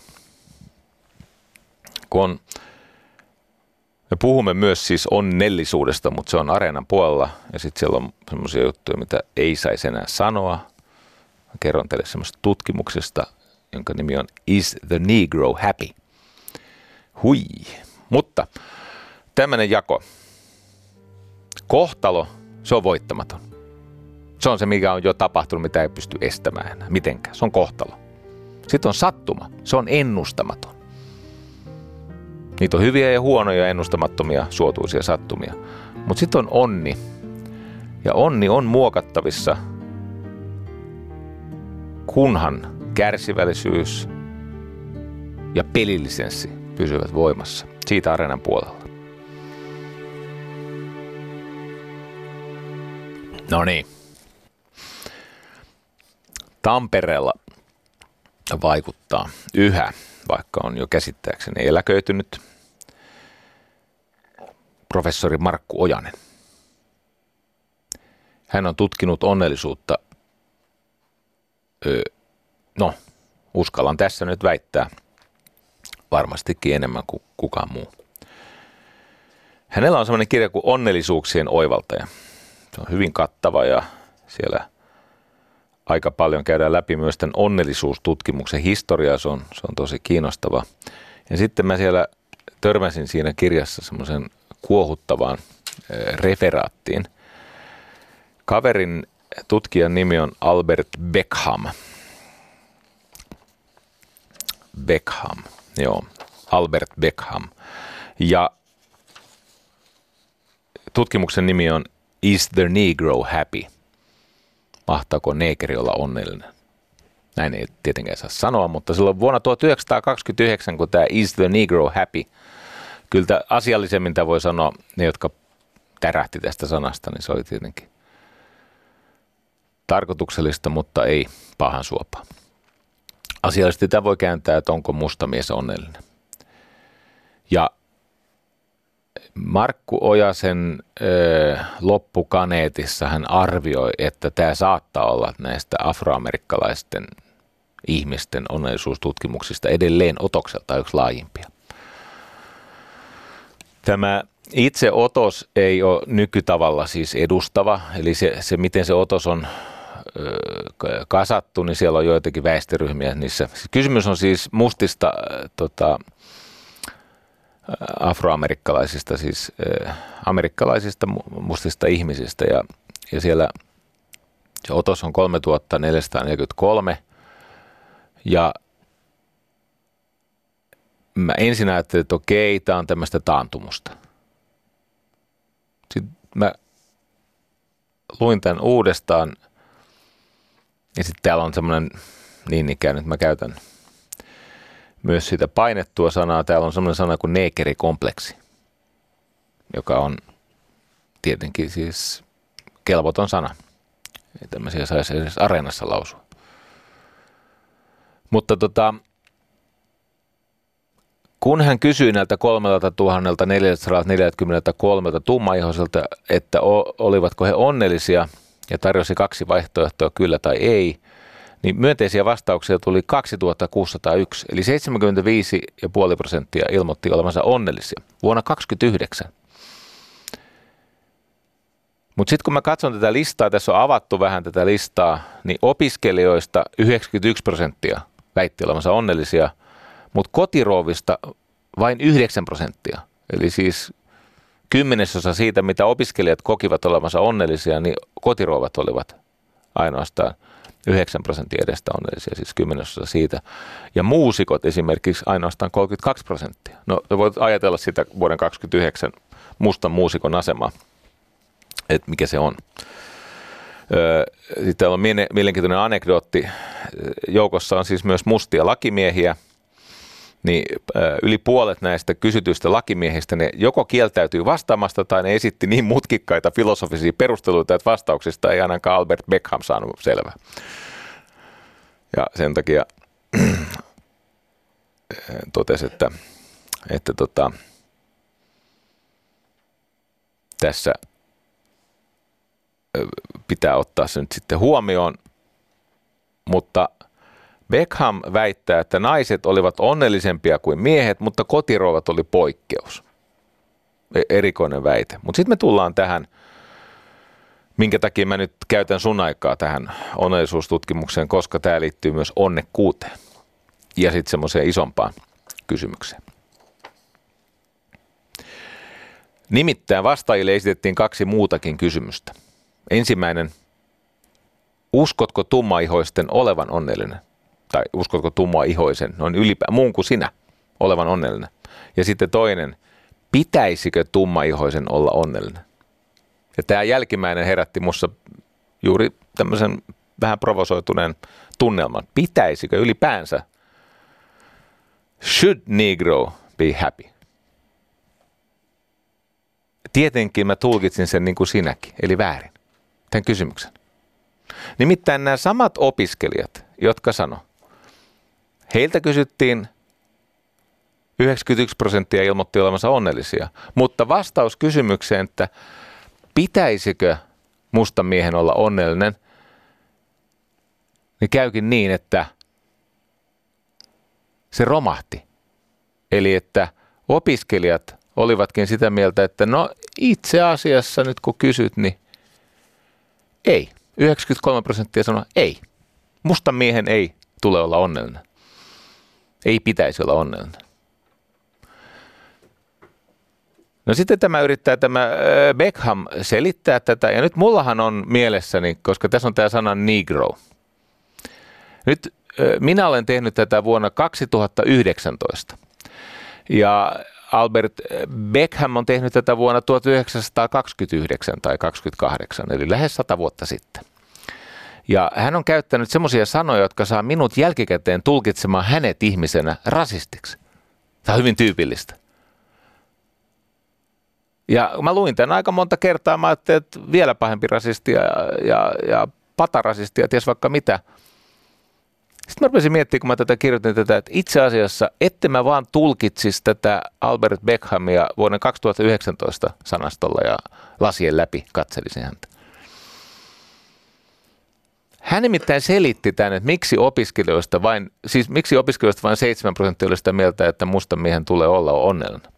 Kun me puhumme myös siis onnellisuudesta, mutta se on Areenan puolella ja sitten siellä on semmoisia juttuja, mitä ei saisi enää sanoa. Mä kerron teille semmoista tutkimuksesta, jonka nimi on Is the Negro Happy? Hui. Mutta tämmöinen jako. Kohtalo, se on voittamaton. Se on se, mikä on jo tapahtunut, mitä ei pysty estämään enää mitenkään. Se on kohtalo. Sitten on sattuma, se on ennustamaton. Niitä on hyviä ja huonoja ennustamattomia suotuisia sattumia. Mutta sitten on onni. Ja onni on muokattavissa, kunhan kärsivällisyys ja pelillisenssi pysyvät voimassa. Siitä Areenan puolella. No niin. Tampereella vaikuttaa yhä, vaikka on jo käsittääkseni eläköitynyt, professori Markku Ojanen. Hän on tutkinut onnellisuutta, öö, no uskallan tässä nyt väittää, varmastikin enemmän kuin kukaan muu. Hänellä on sellainen kirja kuin Onnellisuuksien oivaltaja. Se on hyvin kattava ja siellä aika paljon käydään läpi myös tämän onnellisuustutkimuksen historiaa. Se on, se on tosi kiinnostava. Ja sitten mä siellä törmäsin siinä kirjassa semmoisen kuohuttavaan referaattiin. Kaverin tutkijan nimi on Albert Beckham. Beckham, joo, Albert Beckham. Ja tutkimuksen nimi on Is the Negro Happy? Mahtaako neekeri olla onnellinen? Näin ei tietenkään saa sanoa, mutta silloin vuonna tuhatyhdeksänsataakaksikymmentäyhdeksän, kun tämä Is the Negro Happy, kyllä asiallisemmin tämä voi sanoa, ne jotka tärähti tästä sanasta, niin se oli tietenkin tarkoituksellista, mutta ei pahan suopaa. Asiallisesti tämä voi kääntää, että onko musta mies onnellinen. Ja Markku Ojasen ö, loppukaneetissa hän arvioi, että tämä saattaa olla näistä afroamerikkalaisten ihmisten onnellisuustutkimuksista edelleen otokselta yksi laajimpia. Tämä itse otos ei ole nykytavalla siis edustava, eli se, se miten se otos on ö, kasattu, niin siellä on joitakin väestöryhmiä niissä. Kysymys on siis mustista äh, tota, afroamerikkalaisista, siis äh, amerikkalaisista mustista ihmisistä ja, ja siellä se otos on kolmetuhatta neljäsataaneljäkymmentäkolme ja mä ensin ajattelin, että okei, tämä on tämmöistä taantumusta. Sitten mä luin tämän uudestaan Ja sitten täällä on semmoinen, niin ikään, että mä käytän myös sitä painettua sanaa. Täällä on semmoinen sana kuin neekerikompleksi, joka on tietenkin siis kelvoton sana. Ei tämmöisiä saisi edes areenassa lausua. Mutta tota, kun hän kysyi näiltä kolmetuhattaneljäsataaneljäkymmentäkolme tummaihoisilta, että o, olivatko he onnellisia ja tarjosi kaksi vaihtoehtoa, kyllä tai ei, niin myönteisiä vastauksia tuli kaksituhattakuusisataayksi, eli seitsemänkymmentäviisi pilkku viisi prosenttia ilmoitti olevansa onnellisia vuonna kaksituhattakaksikymmentäyhdeksän. Mutta sitten kun mä katson tätä listaa, tässä on avattu vähän tätä listaa, niin opiskelijoista yhdeksänkymmentäyksi prosenttia väitti olevansa onnellisia, mutta kotiroovista vain yhdeksän prosenttia. Eli siis kymmenesosa siitä, mitä opiskelijat kokivat olevansa onnellisia, niin kotiroovat olivat ainoastaan yhdeksän prosenttia edestä onnellisia, siis kymmenesosa siitä. Ja muusikot esimerkiksi ainoastaan kolmekymmentäkaksi prosenttia. No voit ajatella sitä vuoden kaksikymmentäyhdeksän mustan muusikon asemaa, että mikä se on. Sitten on mielenkiintoinen anekdootti. Joukossa on siis myös mustia lakimiehiä. Niin yli puolet näistä kysytyistä lakimiehistä ne joko kieltäytyy vastaamasta tai ne esitti niin mutkikkaita filosofisia perusteluita, että vastauksista ei ainakaan Albert Beckham saanut selvää. Ja sen takia totesi, että, että tota, tässä pitää ottaa se nyt sitten huomioon, mutta Beckham väittää, että naiset olivat onnellisempia kuin miehet, mutta kotirouvat oli poikkeus. Erikoinen väite. Mutta sitten me tullaan tähän, minkä takia mä nyt käytän sun aikaa tähän onnellisuustutkimukseen, koska tämä liittyy myös onnekkuuteen ja sitten semmoiseen isompaan kysymykseen. Nimittäin vastaajille esitettiin kaksi muutakin kysymystä. Ensimmäinen, uskotko tummaihoisten olevan onnellinen? Tai uskotko tummaihoisen, noin ylipäätään muun kuin sinä, olevan onnellinen? Ja sitten toinen, pitäisikö tummaihoisen olla onnellinen? Ja tämä jälkimmäinen herätti musta juuri tämmöisen vähän provosoituneen tunnelman. Pitäisikö ylipäänsä? Should Negro be happy? Tietenkin mä tulkitsin sen niin kuin sinäkin, eli väärin, tämän kysymyksen. Nimittäin nämä samat opiskelijat, jotka sano, heiltä kysyttiin, yhdeksänkymmentäyksi prosenttia ilmoitti olevansa onnellisia, mutta vastaus kysymykseen, että pitäisikö mustan miehen olla onnellinen, niin käykin niin, että se romahti. Eli että opiskelijat olivatkin sitä mieltä, että no itse asiassa nyt kun kysyt, niin ei. yhdeksänkymmentäkolme prosenttia sanoi ei. Mustan miehen ei tule olla onnellinen. Ei pitäisi olla onnellinen. No sitten tämä yrittää tämä Beckham selittää tätä, ja nyt mullahan on mielessäni, koska tässä on tämä sana negro. Nyt minä olen tehnyt tätä vuonna kaksituhattayhdeksäntoista, ja Albert Beckham on tehnyt tätä vuonna tuhatyhdeksänsataakaksikymmentäyhdeksän tai kaksikymmentäkahdeksan, eli lähes sata vuotta sitten. Ja hän on käyttänyt semmoisia sanoja, jotka saa minut jälkikäteen tulkitsemaan hänet ihmisenä rasistiksi. Tämä on hyvin tyypillistä. Ja mä luin tämän aika monta kertaa, mä ajattelin, että vielä pahempi rasisti ja, ja, ja patarasisti ja ties vaikka mitä. Sitten mä rupesin miettimään, kun mä tätä kirjoitin tätä, että itse asiassa, ette mä vaan tulkitsisi tätä Albert Beckhamia vuoden kaksituhattayhdeksäntoista sanastolla ja lasien läpi katselisin häntä. Hän nimittäin selitti tämän, että miksi opiskelijoista vain, siis miksi opiskelijoista vain seitsemän prosenttia oli sitä mieltä, että mustan miehen tulee olla onnellinen.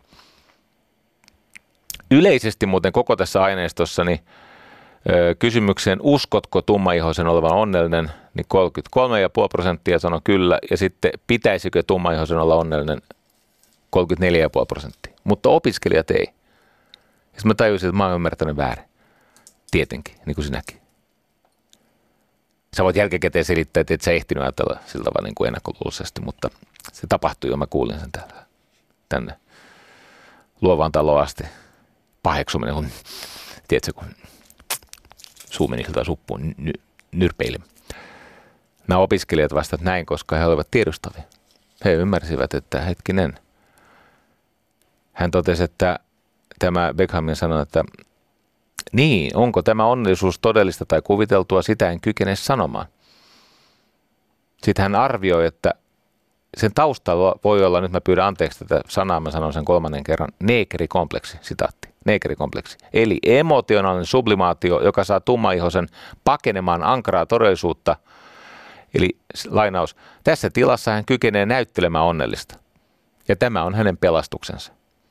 Yleisesti muuten koko tässä aineistossa niin kysymykseen, uskotko tummaihoisen olevan onnellinen, niin kolmekymmentäkolme pilkku viisi prosenttia sanoi kyllä, ja sitten pitäisikö tummaihoisen olla onnellinen, kolmekymmentäneljä pilkku viisi prosenttia. Mutta opiskelijat ei. Ja mä tajusin, että mä oon ymmärtänyt väärin. Tietenkin, niin kuin sinäkin. Sä voit jälkikäteen selittää, että et sä ehtinyt ajatella sillä tavalla niin kuin ennakkoluuloisesti, mutta se tapahtui jo, mä kuulin sen täällä tänne luovaan taloon asti. Paheksuminen, kun, tiedätkö, kun suu meni siltä suppuun ny- nyrpeille. Nämä opiskelijat vastasivat näin, koska he olivat tiedustavia. He ymmärsivät, että hetkinen. Hän totesi, että tämä Beckhammin sanoi, että niin, onko tämä onnellisuus todellista tai kuviteltua, sitä en kykene sanomaan. Sitten hän arvioi, että sen taustalla voi olla, nyt mä pyydän anteeksi tätä sanaa, mä sanon sen kolmannen kerran, neekerikompleksi, sitaatti, neekerikompleksi. Eli emotionaalinen sublimaatio, joka saa tummaihoisen pakenemaan ankaraa todellisuutta. Eli lainaus, tässä tilassa hän kykenee näyttelemään onnellista. Ja tämä on hänen pelastuksensa.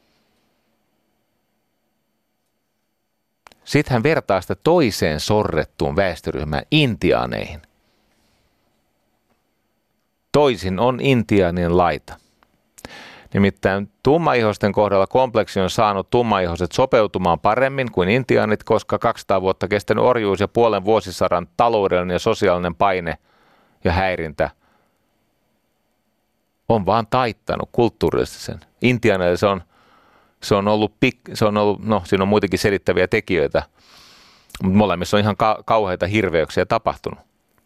Sitten hän vertaa sitä toiseen sorrettuun väestöryhmään, intiaaneihin. Toisin on intiaanien laita. Nimittäin tummaihoisten kohdalla kompleksi on saanut tummaihoiset sopeutumaan paremmin kuin intiaanit, koska kaksisataa vuotta kestänyt orjuus ja puolen vuosisadan taloudellinen ja sosiaalinen paine ja häirintä on vaan taittanut kulttuurisesti sen. Intiaaneille se on, se on ollut, pik- se on ollut, no siinä on muitakin selittäviä tekijöitä, mutta molemmissa on ihan ka- kauheita hirveyksiä tapahtunut.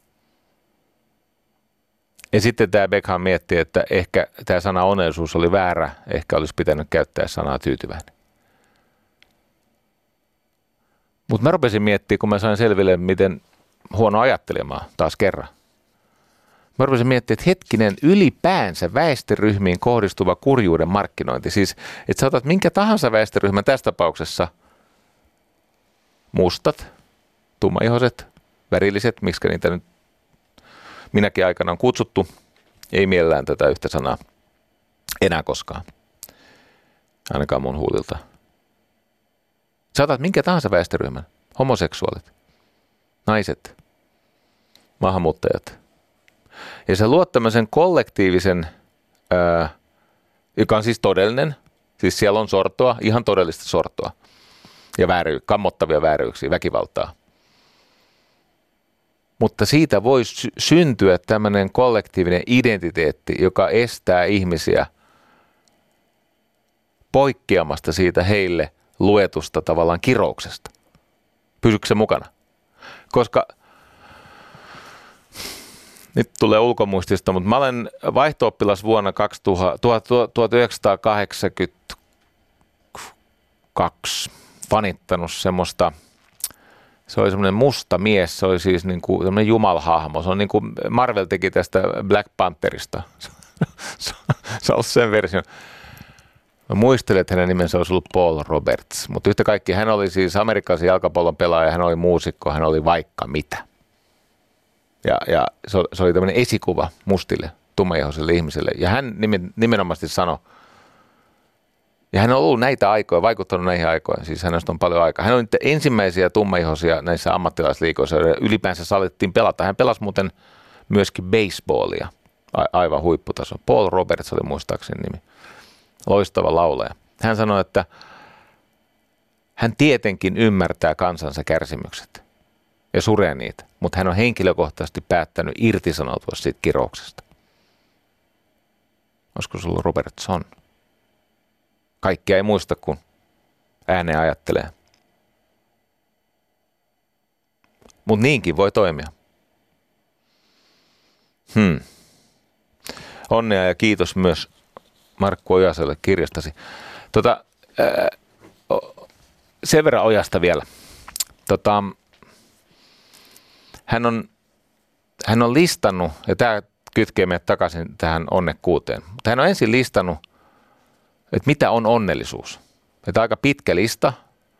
Ja sitten tämä Beckham mietti, että ehkä tämä sana onnellisuus oli väärä, ehkä olisi pitänyt käyttää sanaa tyytyväinen. Mutta mä rupesin miettimään, kun mä sain selville, miten huono ajattelemaan taas kerran. Mä rupesin miettimään, että hetkinen, ylipäänsä väestöryhmiin kohdistuva kurjuuden markkinointi. Siis, että sä otat minkä tahansa väestöryhmän tässä tapauksessa, mustat, tummaihoiset, värilliset, miksi niitä nyt minäkin aikana on kutsuttu, ei mielellään tätä yhtä sanaa enää koskaan, ainakaan mun huulilta. Sä otat minkä tahansa väestöryhmän, homoseksuaalit, naiset, maahanmuuttajat. Ja sä luot tämmöisen kollektiivisen, ää, joka on siis todellinen, siis siellä on sortoa, ihan todellista sortoa ja vääry, kammottavia vääryyksiä, väkivaltaa. Mutta siitä voi sy- syntyä tämmöinen kollektiivinen identiteetti, joka estää ihmisiä poikkeamasta siitä heille luetusta tavallaan kirouksesta. Pysyykö se mukana? Koska nyt tulee ulkomuistista, mutta mä olen vaihto-oppilas vuonna kaksituhatta, tuhatyhdeksänsataakahdeksankymmentäkaksi fanittanut semmoista. Se oli semmoinen musta mies, se oli siis niin kuin semmoinen jumalhahmo. Se on niin kuin Marvel teki tästä Black Pantherista. Se on ollut sen versio. Mä muistelen, että hänen nimensä olisi ollut Paul Roberts, mutta yhtä kaikki hän oli siis amerikkalaisen jalkapallon pelaaja, hän oli muusikko, hän oli vaikka mitä. Ja, ja se, se oli tämmöinen esikuva mustille, tummaihoiselle ihmiselle. Ja hän nimen, nimenomaisesti sanoi, ja hän on ollut näitä aikoja, vaikuttanut näihin aikoihin, siis hänestä on paljon aikaa. Hän on niitä ensimmäisiä tummaihoisia näissä ammattilaisliikoissa, joilla ylipäänsä sallittiin pelata. Hän pelasi muuten myöskin baseballia, a- aivan huipputaso. Paul Roberts oli muistaakseni nimi, loistava laulaja. Hän sanoi, että hän tietenkin ymmärtää kansansa kärsimykset ja suree niitä, mutta hän on henkilökohtaisesti päättänyt irtisanoutua siitä kirouksesta. Olisiko se ollut Robertson? Kaikkia ei muista, kun ääneen ajattelee. Mutta niinkin voi toimia. Hmm. Onnea ja kiitos myös Markku Ojaselle kirjastasi. Tota, ää, sen verran Ojasta vielä. Tota, hän, on, hän on listannut, ja tämä kytkee meidät takaisin tähän onnekkuuteen, mutta hän on ensin listannut, että mitä on onnellisuus. Että aika pitkä lista,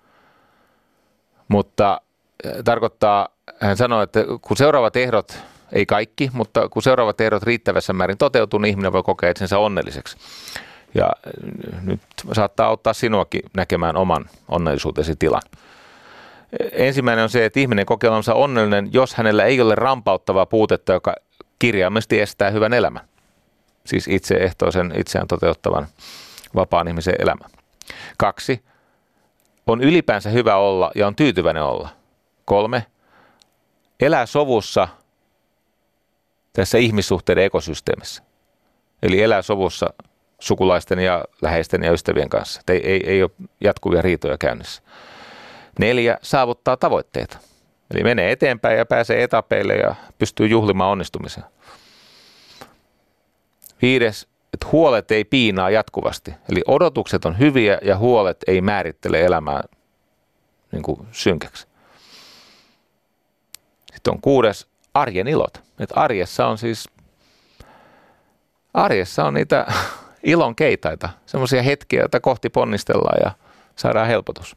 mutta tarkoittaa, hän sanoi, että kun seuraavat ehdot, ei kaikki, mutta kun seuraavat ehdot riittävässä määrin toteutuu, niin ihminen voi kokea itsensä onnelliseksi. Ja nyt saattaa auttaa sinuakin näkemään oman onnellisuutesi tilan. Ensimmäinen on se, että ihminen kokee olevansa onnellinen, jos hänellä ei ole rampauttavaa puutetta, joka kirjaimellisesti estää hyvän elämän. Siis itseehtoisen, itseään toteuttavan vapaan ihmisen elämä. Kaksi, on ylipäänsä hyvä olla ja on tyytyväinen olla. Kolme, elää sovussa tässä ihmissuhteiden ekosysteemissä. Eli elää sovussa sukulaisten ja läheisten ja ystävien kanssa. Ei, ei, ei ole jatkuvia riitoja käynnissä. Neljä, saavuttaa tavoitteita. Eli menee eteenpäin ja pääsee etapeille ja pystyy juhlimaan onnistumisen. Viides, että huolet ei piinaa jatkuvasti. Eli odotukset on hyviä ja huolet ei määrittele elämää niin kuin synkäksi. Sitten on kuudes, arjen ilot. Että arjessa on siis, arjessa on niitä ilon keitaita, semmoisia hetkiä, joita kohti ponnistellaan ja saadaan helpotus.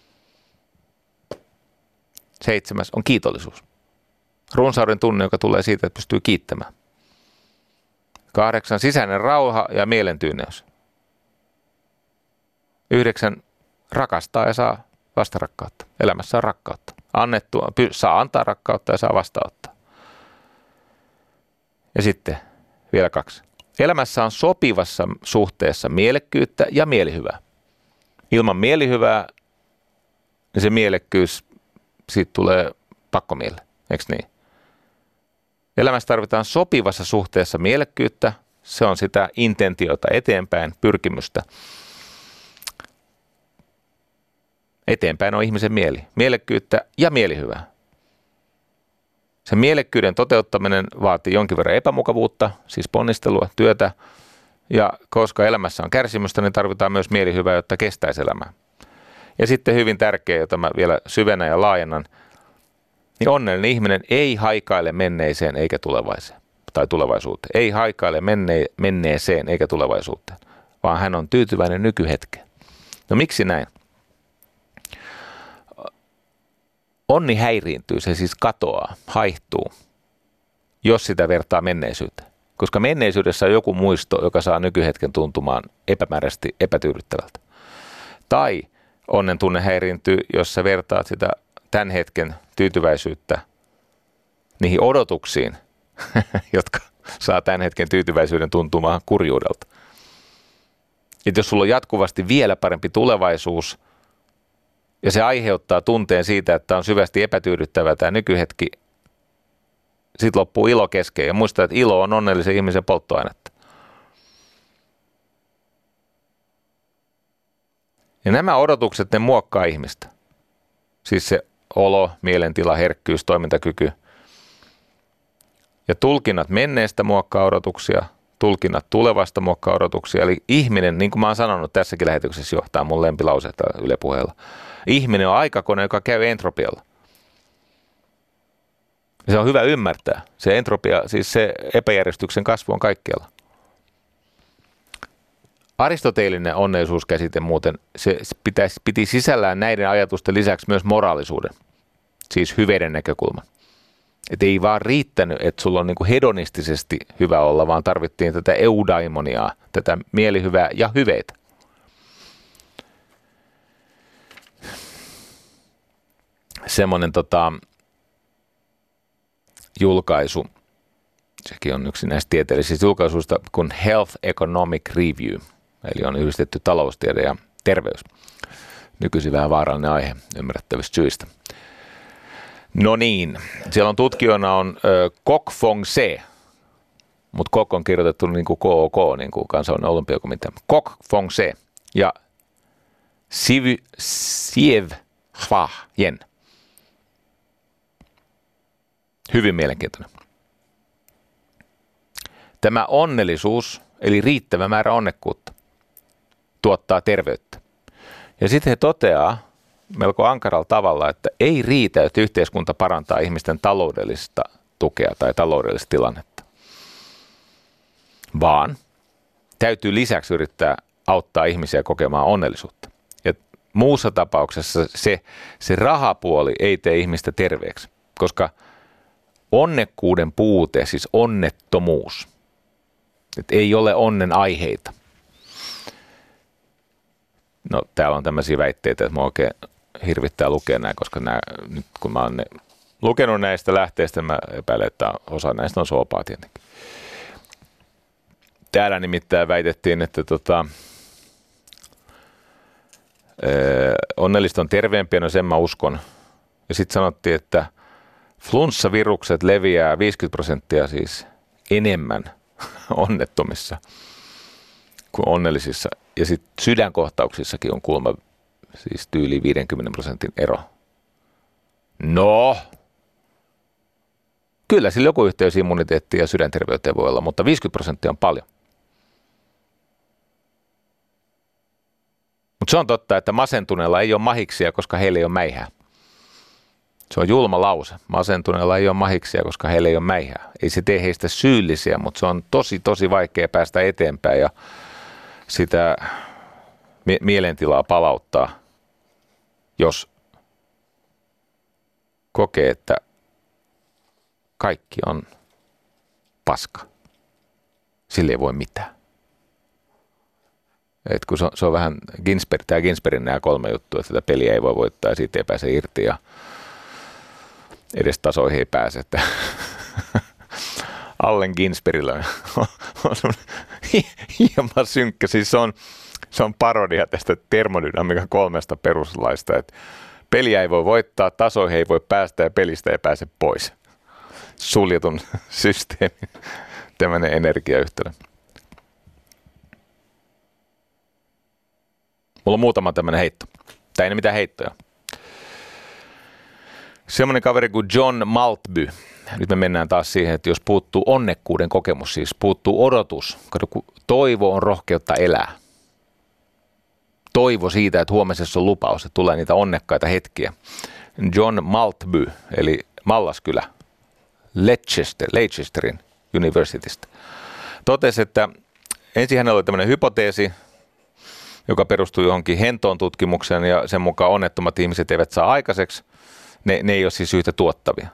Seitsemäs on kiitollisuus. Runsauden tunne, joka tulee siitä, että pystyy kiittämään. Kahdeksan, sisäinen rauha ja mielentyyneys. Yhdeksän, rakastaa ja saa vastarakkautta. Elämässä on rakkautta. Annettua, saa antaa rakkautta ja saa vastaanottaa. Ja sitten vielä kaksi. Elämässä on sopivassa suhteessa mielekkyyttä ja mielihyvää. Ilman mielihyvää niin se mielekkyys, siitä tulee pakkomielle, eikö niin? Elämässä tarvitaan sopivassa suhteessa mielekkyyttä, se on sitä intentiota eteenpäin, pyrkimystä. Eteenpäin on ihmisen mieli, mielekkyyttä ja mielihyvää. Se mielekkyyden toteuttaminen vaatii jonkin verran epämukavuutta, siis ponnistelua, työtä, ja koska elämässä on kärsimystä, niin tarvitaan myös mielihyvää, jotta kestäisi elämää. Ja sitten hyvin tärkeä, jota mä vielä syvennän ja laajennan, niin onnellinen ihminen ei haikaile menneeseen eikä tulevaiseen, tai tulevaisuuteen. Ei haikaile menne, menneeseen eikä tulevaisuuteen, vaan hän on tyytyväinen nykyhetkeen. No miksi näin? Onni häiriintyy, se siis katoaa, haihtuu, jos sitä vertaa menneisyyteen. Koska menneisyydessä on joku muisto, joka saa nykyhetken tuntumaan epämääräisesti epätyydyttävältä. Tai onnen tunne häiriintyy, jos sä vertaat sitä tämän hetken tyytyväisyyttä niihin odotuksiin, jotka saa tämän hetken tyytyväisyyden tuntumaan kurjuudelta. Et jos sulla on jatkuvasti vielä parempi tulevaisuus ja se aiheuttaa tunteen siitä, että on syvästi epätyydyttävä tämä nykyhetki, sitten loppuu ilo kesken ja muista, että ilo on onnellisen ihmisen polttoainetta. Ja nämä odotukset, ne muokkaa ihmistä. Siis se olo, mielentila, herkkyys, toimintakyky. Ja tulkinnat menneestä muokkaa odotuksia, tulkinnat tulevasta muokkaa odotuksia. Eli ihminen, niin kuin mä oon sanonut tässäkin lähetyksessä, johtaa mun lempilauseita Yle Puheella. Ihminen on aikakone, joka käy entropialla. Ja se on hyvä ymmärtää. Se entropia, siis se epäjärjestyksen kasvu on kaikkialla. Aristoteelinen onnellisuuskäsite muuten, se pitäisi, piti sisällään näiden ajatusten lisäksi myös moraalisuuden, siis hyveiden näkökulman. Että ei vaan riittänyt, että sulla on niin kuin hedonistisesti hyvä olla, vaan tarvittiin tätä eudaimoniaa, tätä mielihyvää ja hyveitä. Semmoinen tota, julkaisu, sekin on yksi näistä tieteellisistä julkaisuista, kuin Health Economic Review, eli on yhdistetty taloustiede ja terveys. Nykyisin vähän vaarallinen aihe ymmärrettävistä syistä. No niin, siellä on tutkijoina on ö, Kok Fong Se, mutta Kok on kirjoitettu niin kuin K O K, niin kuin kansainvälinen olympiakomitea. Kok Fong Se ja Siv, Siev Hva Jen. Hyvin mielenkiintoinen. Tämä onnellisuus, eli riittävä määrä onnekkuutta, tuottaa terveyttä. Ja sitten he toteaa melko ankaralla tavalla, että ei riitä, että yhteiskunta parantaa ihmisten taloudellista tukea tai taloudellista tilannetta, vaan täytyy lisäksi yrittää auttaa ihmisiä kokemaan onnellisuutta. Ja muussa tapauksessa se, se rahapuoli ei tee ihmistä terveeksi, koska onnekkuuden puute, siis onnettomuus, että ei ole onnen aiheita. No täällä on tämmöisiä väitteitä, että mä oikein hirvittää lukea nämä, koska nämä, nyt kun mä oon ne, lukenut näistä lähteistä, mä epäilen, että osa näistä on soopaa tietenkin. Täällä nimittäin väitettiin, että tota, ö, onnellista on terveempiä, no sen mä uskon. Ja sitten sanottiin, että flunssavirukset leviää viisikymmentä prosenttia siis enemmän onnettomissa kuin onnellisissa. Ja sitten sydänkohtauksissakin on kuulemma siis tyyli viidenkymmenen prosentin ero No, kyllä sillä joku yhteys immuniteettiin ja sydänterveyteen voi olla, mutta viisikymmentä prosenttia on paljon. Mutta se on totta, että masentuneella ei ole mahiksia, koska heillä ei ole mäihää. Se on julma lause. Masentuneella ei ole mahiksia, koska heillä ei ole mäihää. Ei se tee heistä syyllisiä, mutta se on tosi, tosi vaikea päästä eteenpäin ja sitä mie- mielentilaa palauttaa, jos kokee, että kaikki on paska. Sille ei voi mitään. Et kun se on, se on vähän Ginsberg, tämä Ginsbergin nämä kolme juttua, että tätä peliä ei voi voittaa ja siitä ei pääse irti ja edes tasoihin ei pääse. Että Allen Ginsbergillä on hieman synkkä. Siis se on, se on parodia tästä termodynamiikan kolmesta peruslaista, että peliä ei voi voittaa, tasoihin ei voi päästä ja pelistä ei pääse pois. Suljetun systeemin tämmöinen energiayhtälö. Mulla on muutama tämmöinen heitto. Tai ei ne mitään heittoja. Semmoinen kaveri kuin John Maltby. Nyt me mennään taas siihen, että jos puuttuu onnekkuuden kokemus, siis puuttuu odotus. Kato, kun toivo on rohkeutta elää. Toivo siitä, että huomisessa on lupaus, että tulee niitä onnekkaita hetkiä. John Maltby, eli Mallaskylä, Leicester, Leicesterin Universitystä, totesi, että ensin hänellä oli tämmöinen hypoteesi, joka perustuu johonkin hentoon tutkimukseen ja sen mukaan onnettomat ihmiset eivät saa aikaiseksi. Ne, ne ei ole siis yhtä tuottavia.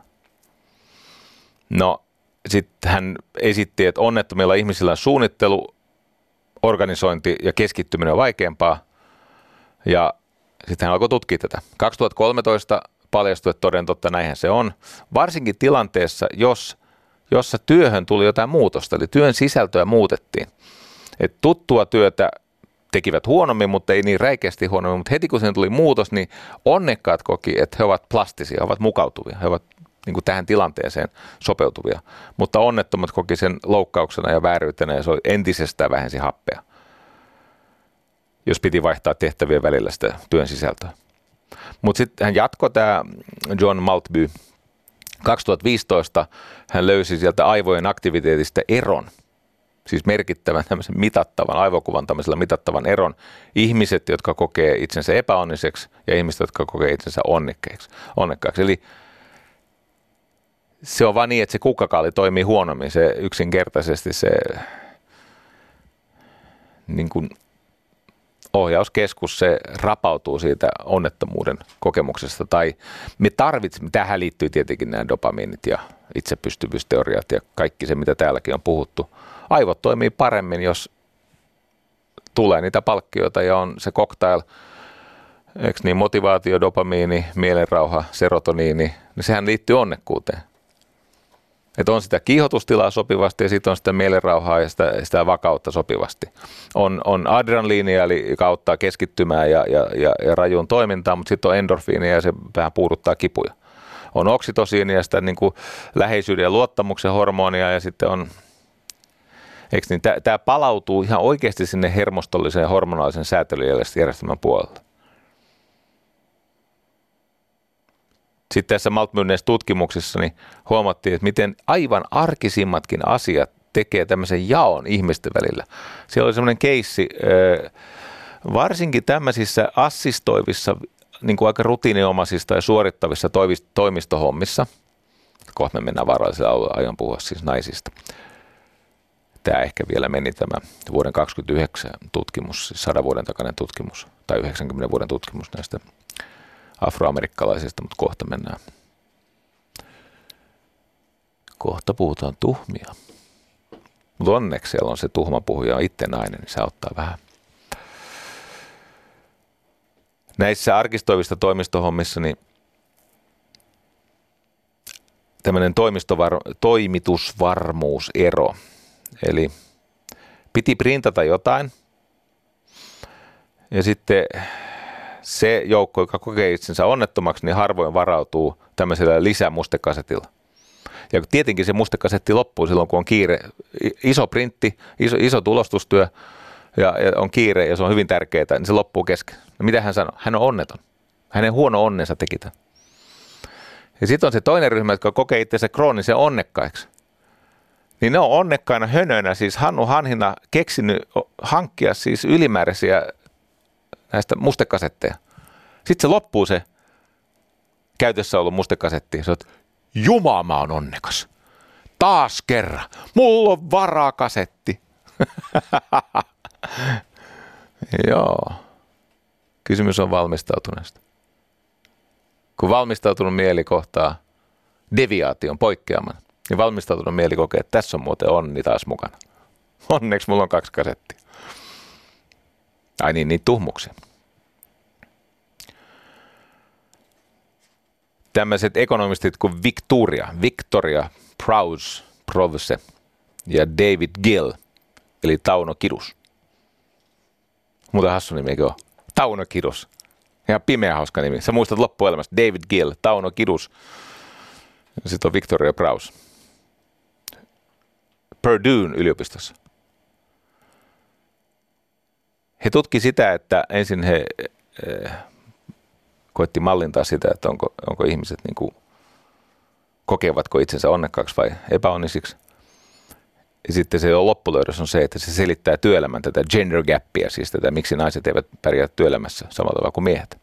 No, sitten hän esitti, että onnettomilla ihmisillä on suunnittelu, organisointi ja keskittyminen on vaikeampaa. Ja sitten hän alkoi tutkia tätä. kaksituhattakolmetoista paljastui, että toden totta näinhän se on. Varsinkin tilanteessa, jos, jossa työhön tuli jotain muutosta, eli työn sisältöä muutettiin. Et tuttua työtä tekivät huonommin, mutta ei niin räikeästi huonommin, mutta heti kun siihen tuli muutos, niin onnekkaat koki, että he ovat plastisia, he ovat mukautuvia, he ovat niin kuin tähän tilanteeseen sopeutuvia, mutta onnettomat koki sen loukkauksena ja vääryytenä ja se entisestään vähensi happea, jos piti vaihtaa tehtävien välillä sitä työn sisältöä. Mutta sitten hän jatkoi, tämä John Maltby, kaksituhattaviisitoista hän löysi sieltä aivojen aktiviteetista eron, siis merkittävän tämmöisen mitattavan, aivokuvan tämmöisellä mitattavan eron ihmiset, jotka kokee itsensä epäonniseksi ja ihmiset, jotka kokee itsensä onnekkaiksi. onnekkaiksi. Eli se on vaan niin, että se kukkakaali toimii huonommin. Se yksinkertaisesti se niin kuin ohjauskeskus, se rapautuu siitä onnettomuuden kokemuksesta. Tai me tarvitsemme, tähän liittyy tietenkin nämä dopamiinit ja itsepystyvyysteoriat ja kaikki se, mitä täälläkin on puhuttu. Aivot toimii paremmin, jos tulee niitä palkkioita ja on se cocktail, eikö niin, motivaatio, dopamiini, mielenrauha, serotoniini, niin sehän liittyy onnekkuuteen. Että on sitä kiihotustilaa sopivasti ja sitten on sitä mielenrauhaa ja sitä, sitä vakautta sopivasti. On, on adrenaliinia, eli joka auttaa keskittymään ja, ja, ja, ja rajuun toimintaan, mutta sitten on endorfiinia ja se vähän puuduttaa kipuja. On oksitosiinia, sitä niin kuin läheisyyden ja luottamuksen hormonia ja sitten on, eikö niin, tämä palautuu ihan oikeasti sinne hermostolliseen hormonaalisen säätelyjärjestelmän puolelle. Sitten tässä Maltbyneissä tutkimuksissa niin huomattiin, että miten aivan arkisimmatkin asiat tekee tämmöisen jaon ihmisten välillä. Siellä oli semmoinen keissi, varsinkin tämmöisissä assistoivissa, niin kuin aika rutiininomaisista ja suorittavissa toimistohommissa. Kohta me mennään vaarallisella alueella, aion puhua siis naisista. Tämä ehkä vielä meni tämä vuoden kaksikymmentäyhdeksän tutkimus, siis sadan vuoden takainen tutkimus, tai yhdeksänkymmenen vuoden tutkimus näistä afroamerikkalaisista, mutta kohta mennään. Kohta puhutaan tuhmia. Mutta onneksi siellä on se tuhma puhuja, on itse nainen, niin se auttaa vähän. Näissä arkistoivista toimistohommissa niin tämmöinen toimistovar- toimitusvarmuusero. Eli piti printata jotain ja sitten se joukko, joka kokee itsensä onnettomaksi, niin harvoin varautuu tämmöisellä lisämustekasetilla. Ja tietenkin se mustekasetti loppuu silloin, kun on kiire. Iso printti, iso, iso tulostustyö ja, ja on kiire ja se on hyvin tärkeää, niin se loppuu kesken. No mitä hän sanoi? Hän on onneton. Hänen huono onnensa teki tämän. Ja sitten on se toinen ryhmä, jotka kokee itsensä kroonisen onnekkaiksi. Niin ne on onnekkaina hönönä, siis Hannu Hanhina keksinyt hankkia siis ylimääräisiä näistä mustekasetteja. Sitten se loppuu se käytössä ollut mustekasetti. Se on, Jumala, mä oon onnekas. Taas kerran. Mulla on varakasetti. Joo. Kysymys on valmistautuneesta. Kun valmistautunut mieli kohtaa deviaation, poikkeaman, niin valmistautunut mieli kokee, että tässä on muuten onni taas mukana. Onneksi mulla on kaksi kasettia. Ai niin, niitä tuhmuksia. Tämmöiset ekonomistit kuin Victoria, Victoria Prowse, Prowse ja David Gill, eli Tauno Kidus. Muuten hassu nimi, eikö ole? Tauno Kidus. Ihan pimeä hauska nimi. Sä muistat loppuelämästä. David Gill, Tauno Kidus. Sitten on Victoria Prowse. Purduen yliopistossa. He tutki sitä, että ensin he äh, koetti mallintaa sitä, että onko, onko ihmiset niin kuin, kokevatko itsensä onnekkaaksi vai epäonnisiksi. Ja sitten se loppulöydös on se, että se selittää työelämän tätä gender gappia, siis tätä, miksi naiset eivät pärjää työelämässä samalla tavalla kuin miehet.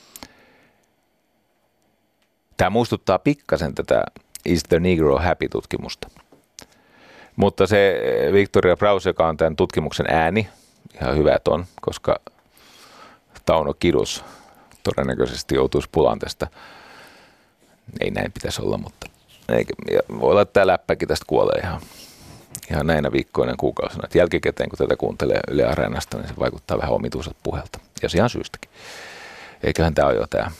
Tämä muistuttaa pikkasen tätä Is the Negro Happy-tutkimusta. Mutta se Victoria Prowse, joka on tämän tutkimuksen ääni, ihan hyvät on, koska Tauno Kidus todennäköisesti joutuisi pulaan tästä. Ei näin pitäisi olla, mutta eikä, voi olla, että tämä läppäkin tästä kuolee ihan, ihan näinä viikkoina kuukausina. Et jälkikäteen, kun tätä kuuntelee Yle Areenasta, niin se vaikuttaa vähän omituiselta puhelta. Jos ihan syystäkin. Eiköhän tämä ole jo tämä,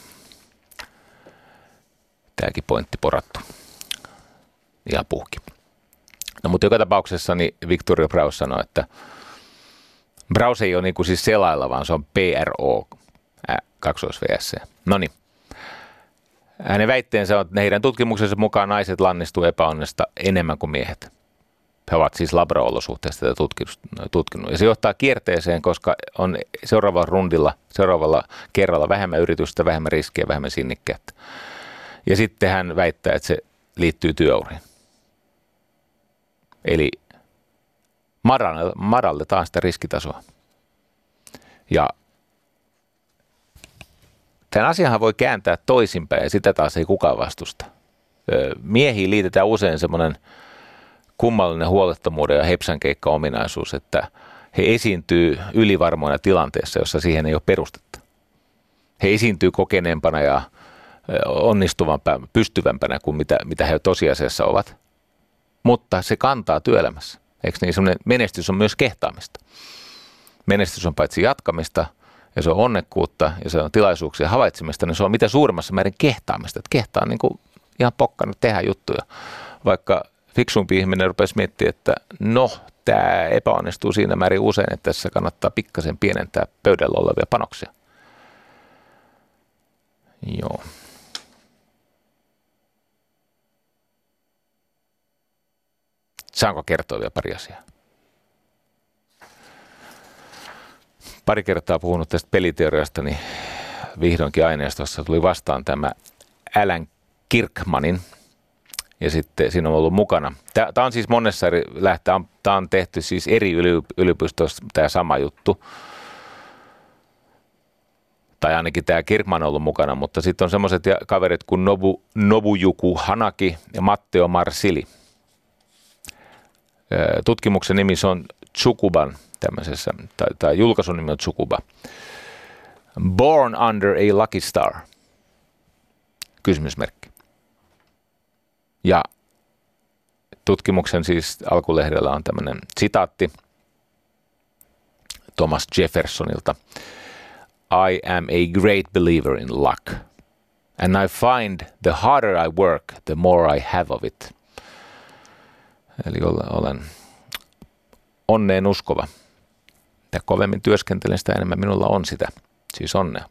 tämäkin pointti porattu. Ihan puhki. No mutta joka tapauksessa niin Victoria Prowse sanoi, että browse ei ole niin kuin siis selailla, vaan se on P R O, kaksois V S C. No niin. Hänen väitteensä on, että heidän tutkimuksensa mukaan naiset lannistuu epäonnesta enemmän kuin miehet. He ovat siis labra-olosuhteista tätä tutkinut. Ja se johtaa kierteeseen, koska on seuraavalla rundilla, seuraavalla kerralla vähemmän yritystä, vähemmän riskiä, vähemmän sinnikkäättä. Ja sitten hän väittää, että se liittyy työuriin. Eli madalletaan sitä riskitasoa. Ja tämän asianhan voi kääntää toisinpäin ja sitä taas ei kukaan vastusta. Miehiin liitetään usein semmoinen kummallinen huolettomuuden ja hepsänkeikka-ominaisuus, että he esiintyy ylivarmoina tilanteessa, jossa siihen ei ole perustetta. He esiintyy kokeneempana ja onnistuvampana, pystyvämpänä kuin mitä, mitä he tosiasiassa ovat. Mutta se kantaa työelämässä. Eikö niin? Semmoinen menestys on myös kehtaamista. Menestys on paitsi jatkamista, ja se on onnekkuutta, ja se on tilaisuuksia havaitsemista, niin se on mitä suurimmassa määrin kehtaamista. Että kehtaa niin kuin ihan pokkana tehdä juttuja. Vaikka fiksumpi ihminen rupesi miettimään, että no, tämä epäonnistuu siinä määrin usein, että tässä kannattaa pikkasen pienentää pöydällä olevia panoksia. Joo. Saanko kertoa vielä pari asiaa? Pari kertaa puhunut tästä peliteoriasta, niin vihdoinkin aineistossa tuli vastaan tämä Alan Kirkmanin. Ja sitten siinä on ollut mukana. Tämä on siis monessa eri lähteä. Tämä on tehty siis eri yliopistossa tämä sama juttu. Tai ainakin tämä Kirkman on ollut mukana, mutta sitten on semmoiset kaverit kuin Nobu, Nobuyuki Hanaki ja Matteo Marsili. Tutkimuksen nimi on Tsukuban tämmöisessä, tai, tai julkaisun nimi on Tsukuba. Born under a lucky star. Kysymysmerkki. Ja tutkimuksen siis alkulehdellä on tämmöinen sitaatti Thomas Jeffersonilta. I am a great believer in luck. And I find the harder I work, the more I have of it. Eli olen onneen uskova. Mitä kovemmin työskentelen, sitä enemmän minulla on sitä. Siis onnea.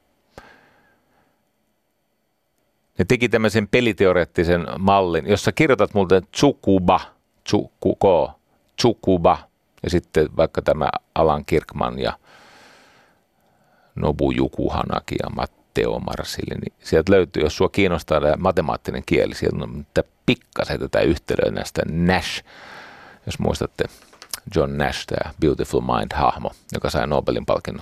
Ne teki tämmöisen peliteoreettisen mallin, jossa kirjoitat mulle Tsukuba, Tsukuko, Tsukuba ja sitten vaikka tämä Alan Kirkman ja Nobuyuki Hanaki ja Matteo meteomarsille, niin sieltä löytyy, jos sua kiinnostaa tämä matemaattinen kieli, sieltä on pikkasen tätä yhtälöä näistä Nash, jos muistatte John Nash, tämä Beautiful Mind-hahmo, joka sai Nobelin palkinnon.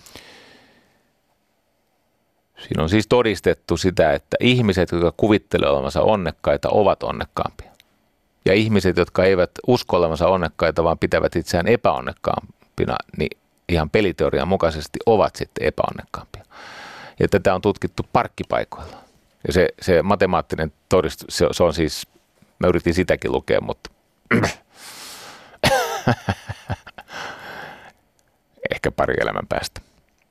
Siinä on siis todistettu sitä, että ihmiset, jotka kuvittelevat olevansa onnekkaita, ovat onnekkaampia. Ja ihmiset, jotka eivät usko olevansa onnekkaita, vaan pitävät itseään epäonnekkaampina, niin ihan peliteorian mukaisesti ovat sitten epäonnekkaampia. Ja tätä on tutkittu parkkipaikoilla. Ja se, se matemaattinen todistus, se, se on siis, mä yritin sitäkin lukea, mutta ehkä pari elämän päästä.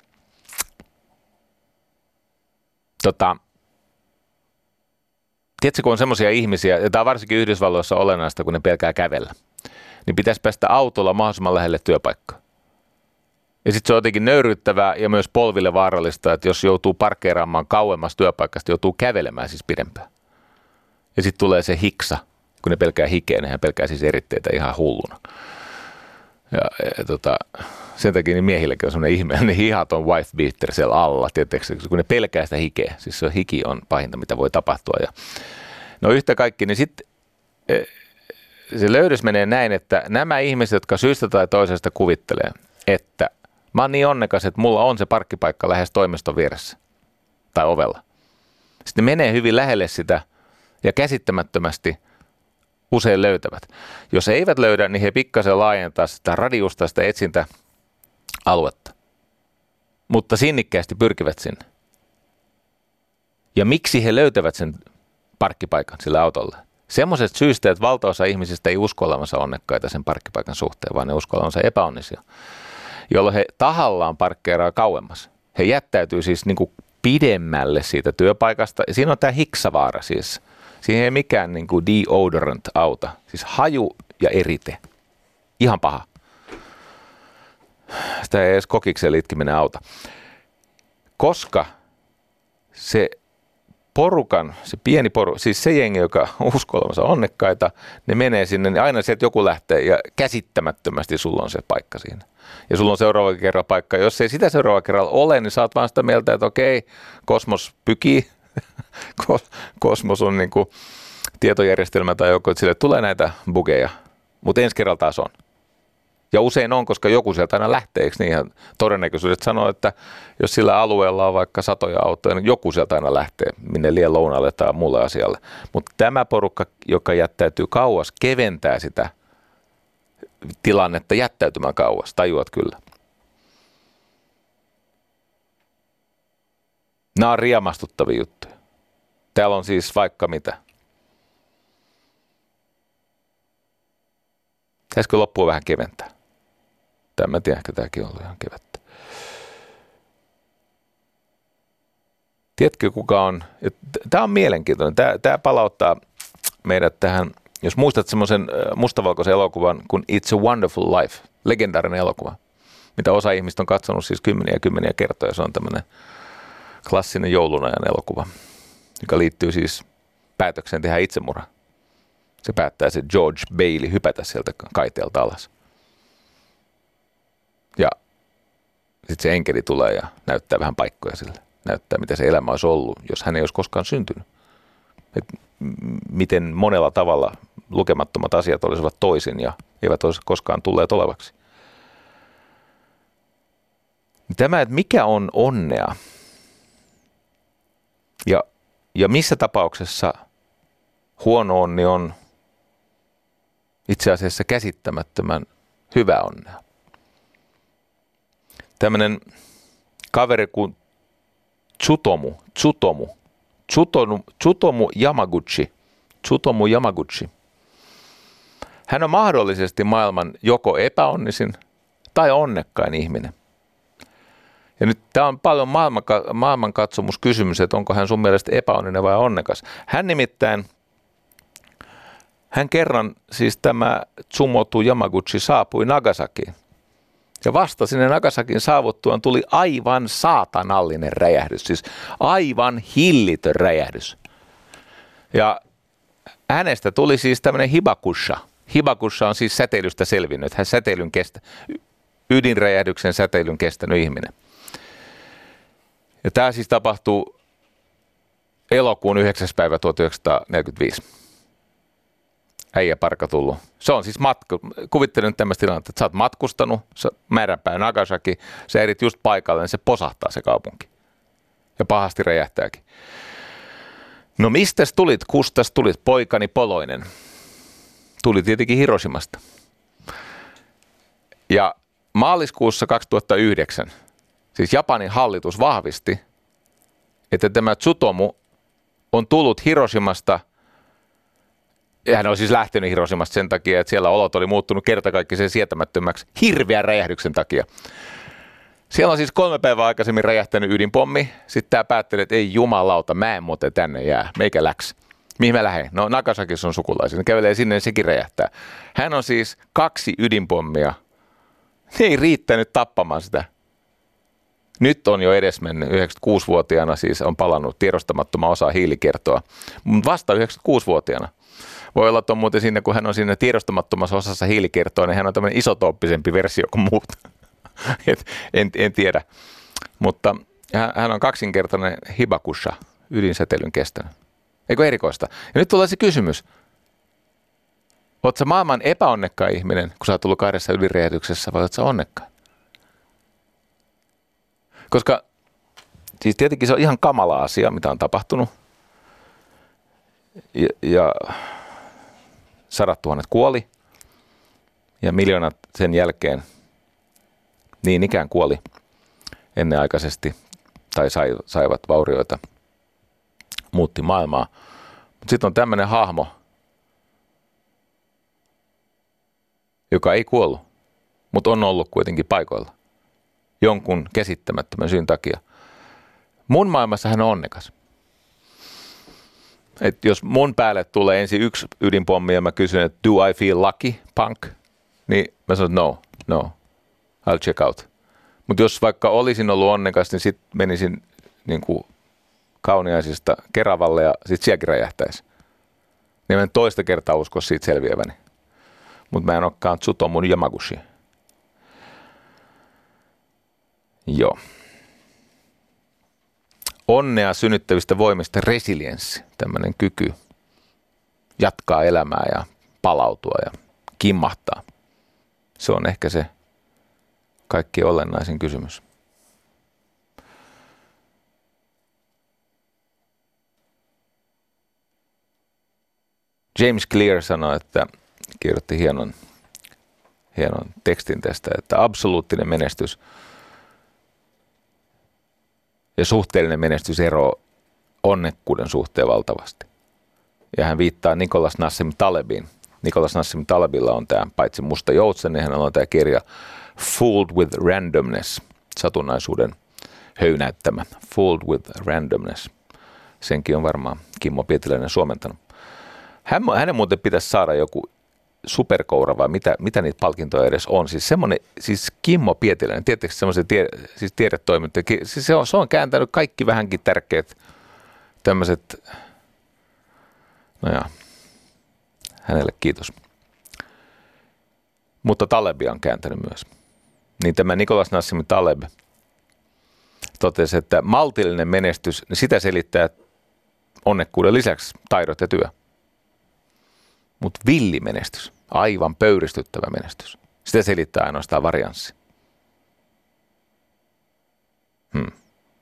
Tota, tiedätkö, kun on semmoisia ihmisiä, ja tämä on varsinkin Yhdysvalloissa olennaista, kun ne pelkää kävellä, niin pitäisi päästä autolla mahdollisimman lähelle työpaikkaa. Ja sitten se on jotenkin nöyryyttävää ja myös polville vaarallista, että jos joutuu parkkeeraamaan kauemmas työpaikasta, joutuu kävelemään siis pidempään. Ja sitten tulee se hiksa, kun ne pelkää hikeä, nehän pelkää siis eritteitä ihan hulluna. Ja, ja tota, sen takia niin miehilläkin on semmoinen ihme, ne hihat on wife beater siellä alla, tietysti, kun ne pelkää sitä hikeä. Siis se hiki on pahinta, mitä voi tapahtua. Ja, no yhtä kaikki, niin sitten se löydös menee näin, että nämä ihmiset, jotka syystä tai toisesta kuvittelee, että mä oon niin onnekas, että mulla on se parkkipaikka lähes toimiston vieressä tai ovella. Sitten ne menee hyvin lähelle sitä ja käsittämättömästi usein löytävät. Jos eivät löydä, niin he pikkasen laajentaa sitä radiusta, sitä etsintäaluetta. Mutta sinnikkäästi pyrkivät sinne. Ja miksi he löytävät sen parkkipaikan sillä autolla? Semmoiset syystä, että valtaosa ihmisistä ei usko olevansa onnekkaita sen parkkipaikan suhteen, vaan ne usko olevansa epäonnisia, jolloin he tahallaan parkkeeraa kauemmas. He jättäytyy siis niin kuin pidemmälle siitä työpaikasta. Ja siinä on tämä hiksavaara siis. Siihen ei mikään niin kuin deodorant auta. Siis haju ja erite. Ihan paha. Sitä ei edes kokikseen liitkiminen auta. Koska se porukan, se pieni poru, siis se jengi, joka uskoo olevansa onnekkaita, ne menee sinne, niin aina sieltä joku lähtee ja käsittämättömästi sulla on se paikka siinä. Ja sulla on seuraava kerran paikka. Jos ei sitä seuraava kerralla ole, niin sä oot vaan sitä mieltä, että okei, kosmos pykii. Kosmos on niin kuin tietojärjestelmä tai joku, että sille tulee näitä bugeja, mutta ensi kerralla taas on. Ja usein on, koska joku sieltä aina lähtee, eikö niin? Ihan todennäköisyydet sanoo, että jos sillä alueella on vaikka satoja autoja, niin joku sieltä aina lähtee, minne liian lounalle tai muulle asialle. Mutta tämä porukka, joka jättäytyy kauas, keventää sitä tilannetta jättäytymään kauas, tajuat kyllä. Nämä on riemastuttavia juttuja. Täällä on siis vaikka mitä. Pitäisikö loppua vähän keventää? Tämä en tiedä, ehkä tämäkin on ollut ihan kevättä. Tiedätkö kuka on? Tämä on mielenkiintoinen. Tämä, tämä palauttaa meidät tähän, jos muistat semmoisen mustavalkoisen elokuvan kuin It's a Wonderful Life, legendaarinen elokuva, mitä osa ihmistä on katsonut siis kymmeniä ja kymmeniä kertoja. Se on tämmöinen klassinen joulunajan elokuva, joka liittyy siis päätökseen tehdä itsemurha. Se päättää se George Bailey hypätä sieltä kaiteelta alas. Ja sitten se enkeli tulee ja näyttää vähän paikkoja sille. Näyttää, mitä se elämä olisi ollut, jos hän ei olisi koskaan syntynyt. Et miten monella tavalla lukemattomat asiat olisivat toisin ja eivät olisi koskaan tulleet olevaksi. Tämä, että mikä on onnea ja, ja missä tapauksessa huono onni on itse asiassa käsittämättömän hyvä onnea. Tämmöinen kaveri kuin Tsutomu, Tsutomu, Tsutomu, Tsutomu Yamaguchi, Tsutomu Yamaguchi. Hän on mahdollisesti maailman joko epäonnisin tai onnekkain ihminen. Ja nyt tämä on paljon maailmanka- maailmankatsomuskysymys, että onko hän sun mielestä epäonninen vai onnekas. Hän nimittäin, hän kerran, siis tämä Tsumoto Yamaguchi saapui Nagasakiin. Ja vasta sinne Nagasakin saavuttuaan tuli aivan saatanallinen räjähdys, siis aivan hillitön räjähdys. Ja hänestä tuli siis tämmöinen hibakusha. Hibakusha on siis säteilystä selvinnyt, hän säteilyn kestä, ydinräjähdyksen säteilyn kestänyt ihminen. Ja tämä siis tapahtuu elokuun yhdeksäs päivä tuhatyhdeksänsataaneljäkymmentäviisi. Äijä parka tullut. Se on siis matka. Kuvittelen nyt tämmöistä tilannetta, että sä oot matkustanut, sä määränpää Nagasaki, sä erit just paikalle, niin se posahtaa se kaupunki. Ja pahasti räjähtääkin. No mistäs tulit, kustas tulit, poikani Poloinen? Tuli tietenkin Hiroshimasta. Ja maaliskuussa kaksituhattayhdeksän, siis Japanin hallitus vahvisti, että tämä Tsutomu on tullut Hiroshimasta. Ja hän on siis lähtenyt Hiroshimasta sen takia, että siellä olot oli muuttunut kertakaikkisen sietämättömäksi hirveän räjähdyksen takia. Siellä on siis kolme päivää aikaisemmin räjähtänyt ydinpommi. Sitten tämä päätteli, että ei jumalauta, mä en muuten tänne jää, meikä läks. Mihin mä lähden? No Nagasakissa on sukulaisia, ne kävelee sinne ja sekin räjähtää. Hän on siis kaksi ydinpommia. Ne ei riittänyt tappamaan sitä. Nyt on jo edesmennyt, yhdeksänkymmentäkuusivuotiaana siis on palannut tiedostamattoman osa hiilikertoa. Mutta vasta yhdeksänkymmentäkuusivuotiaana. Voi olla, että on muuten siinä, kun hän on siinä tiedostamattomassa osassa hiilikertoa, niin hän on tämmöinen isotooppisempi versio kuin muut. Et en, en tiedä. Mutta hän on kaksinkertainen Hibakusha, ydinsäteilyn kestänyt. Eikö erikoista? Ja nyt tulee se kysymys. Oletko sä maailman epäonnekkain ihminen, kun sä oot tullut kahdessa ydinräjähdyksessä, vai oletko sä onnekkain? Koska siis tietenkin se on ihan kamala asia, mitä on tapahtunut. Ja, ja sadat tuhannet kuoli. Ja miljoonat sen jälkeen niin ikään kuoli ennenaikaisesti tai sai, saivat vaurioita, muutti maailmaa. Mutta sitten on tämmöinen hahmo, joka ei kuollut, mutta on ollut kuitenkin paikoilla jonkun käsittämättömän syyn takia. Mun maailmassa hän on onnekas. Et jos mun päälle tulee ensin yksi ydinpommi ja mä kysyn, että do I feel lucky, punk? Niin mä sanon, no, no, I'll check out. Mutta jos vaikka olisin ollut onnekas, niin sitten menisin niin kuin Kauniaisista Keravalle ja sitten sielläkin räjähtäisi. Niin mä en toista kertaa usko siitä selviäväni. Mutta mä en olekaan Tsutomun Yamaguchi. Joo. Onnea synnyttävistä voimista resilienssi, tämmöinen kyky jatkaa elämää ja palautua ja kimmahtaa. Se on ehkä se kaikkein olennaisin kysymys. James Clear sanoi, että kirjoitti hienon, hienon tekstin tästä, että absoluuttinen menestys ja suhteellinen menestys eroaa onnekkuuden suhteen valtavasti. Ja hän viittaa Nicholas Nassim Talebiin. Nicholas Nassim Talebilla on tämä, paitsi Musta joutsen, niin hänellä on tämä kirja Fooled with Randomness, satunnaisuuden höynäyttämä. Fooled with Randomness. Senkin on varmaan Kimmo Pietiläinen suomentanut. Hän, hänen muuten pitäisi saada joku superkoura vai mitä, mitä niitä palkintoja edes on. Siis semmoinen, siis Kimmo Pietiläinen, tiedättekö semmoisen tie, siis tiedetoimittaja, siis se on, se on kääntänyt kaikki vähänkin tärkeät tämmöiset, no jaa, hänelle kiitos. Mutta Talebi on kääntänyt myös. Niin tämä Nicholas Nassim Taleb totesi, että maltillinen menestys, niin sitä selittää onnekkuuden lisäksi taidot ja työ. Mutta villimenestys, aivan pöyristyttävä menestys, sitä selittää ainoastaan varianssi. Hmm.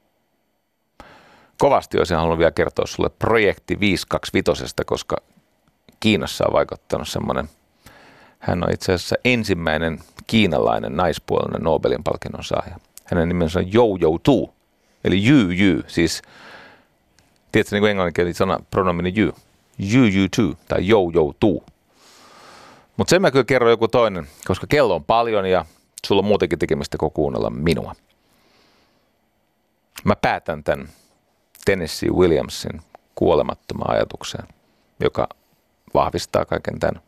Kovasti olisin halunnut vielä kertoa sulle projekti viisi kaksikymmentäviisi, koska Kiinassa on vaikuttanut semmoinen, hän on itse asiassa ensimmäinen kiinalainen naispuolinen Nobelin palkinnon saaja. Hänen nimensä on Joujou Tu, eli Yu Yu, siis tiedätkö niin kuin englanninkielinen sana pronomini Yu, Yu Yu Tu tai Joujou Tu. Mutta sen mä kyllä kerron joku toinen, koska kello on paljon ja sulla on muutenkin tekemistä kuin kuunnella minua. Mä päätän tämän Tennessee Williamsin kuolemattoman ajatuksen, joka vahvistaa kaiken tämän.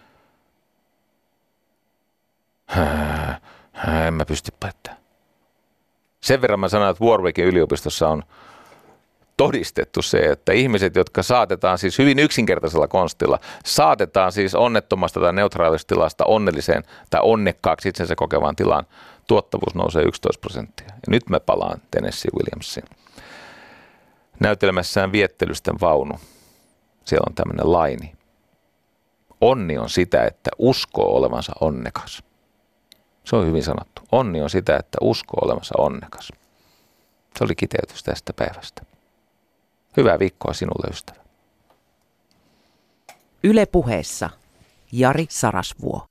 En mä pysty päättämään. Sen verran mä sanon, että Warwickin yliopistossa on todistettu se, että ihmiset, jotka saatetaan siis hyvin yksinkertaisella konstilla, saatetaan siis onnettomasta tai neutraalista tilasta onnelliseen tai onnekkaaksi itsensä kokevaan tilaan, tuottavuus nousee yksitoista prosenttia. Ja nyt mä palaan Tennessee Williamsiin. näytelmässään Viettelysten vaunu. Siellä on tämmöinen laini. Onni on sitä, että uskoo olevansa onnekas. Se on hyvin sanottu. Onni on sitä, että uskoo olevansa onnekas. Se oli kiteytys tästä päivästä. Hyvää viikkoa sinulle, ystävä. Yle Puheessa Jari Sarasvuo.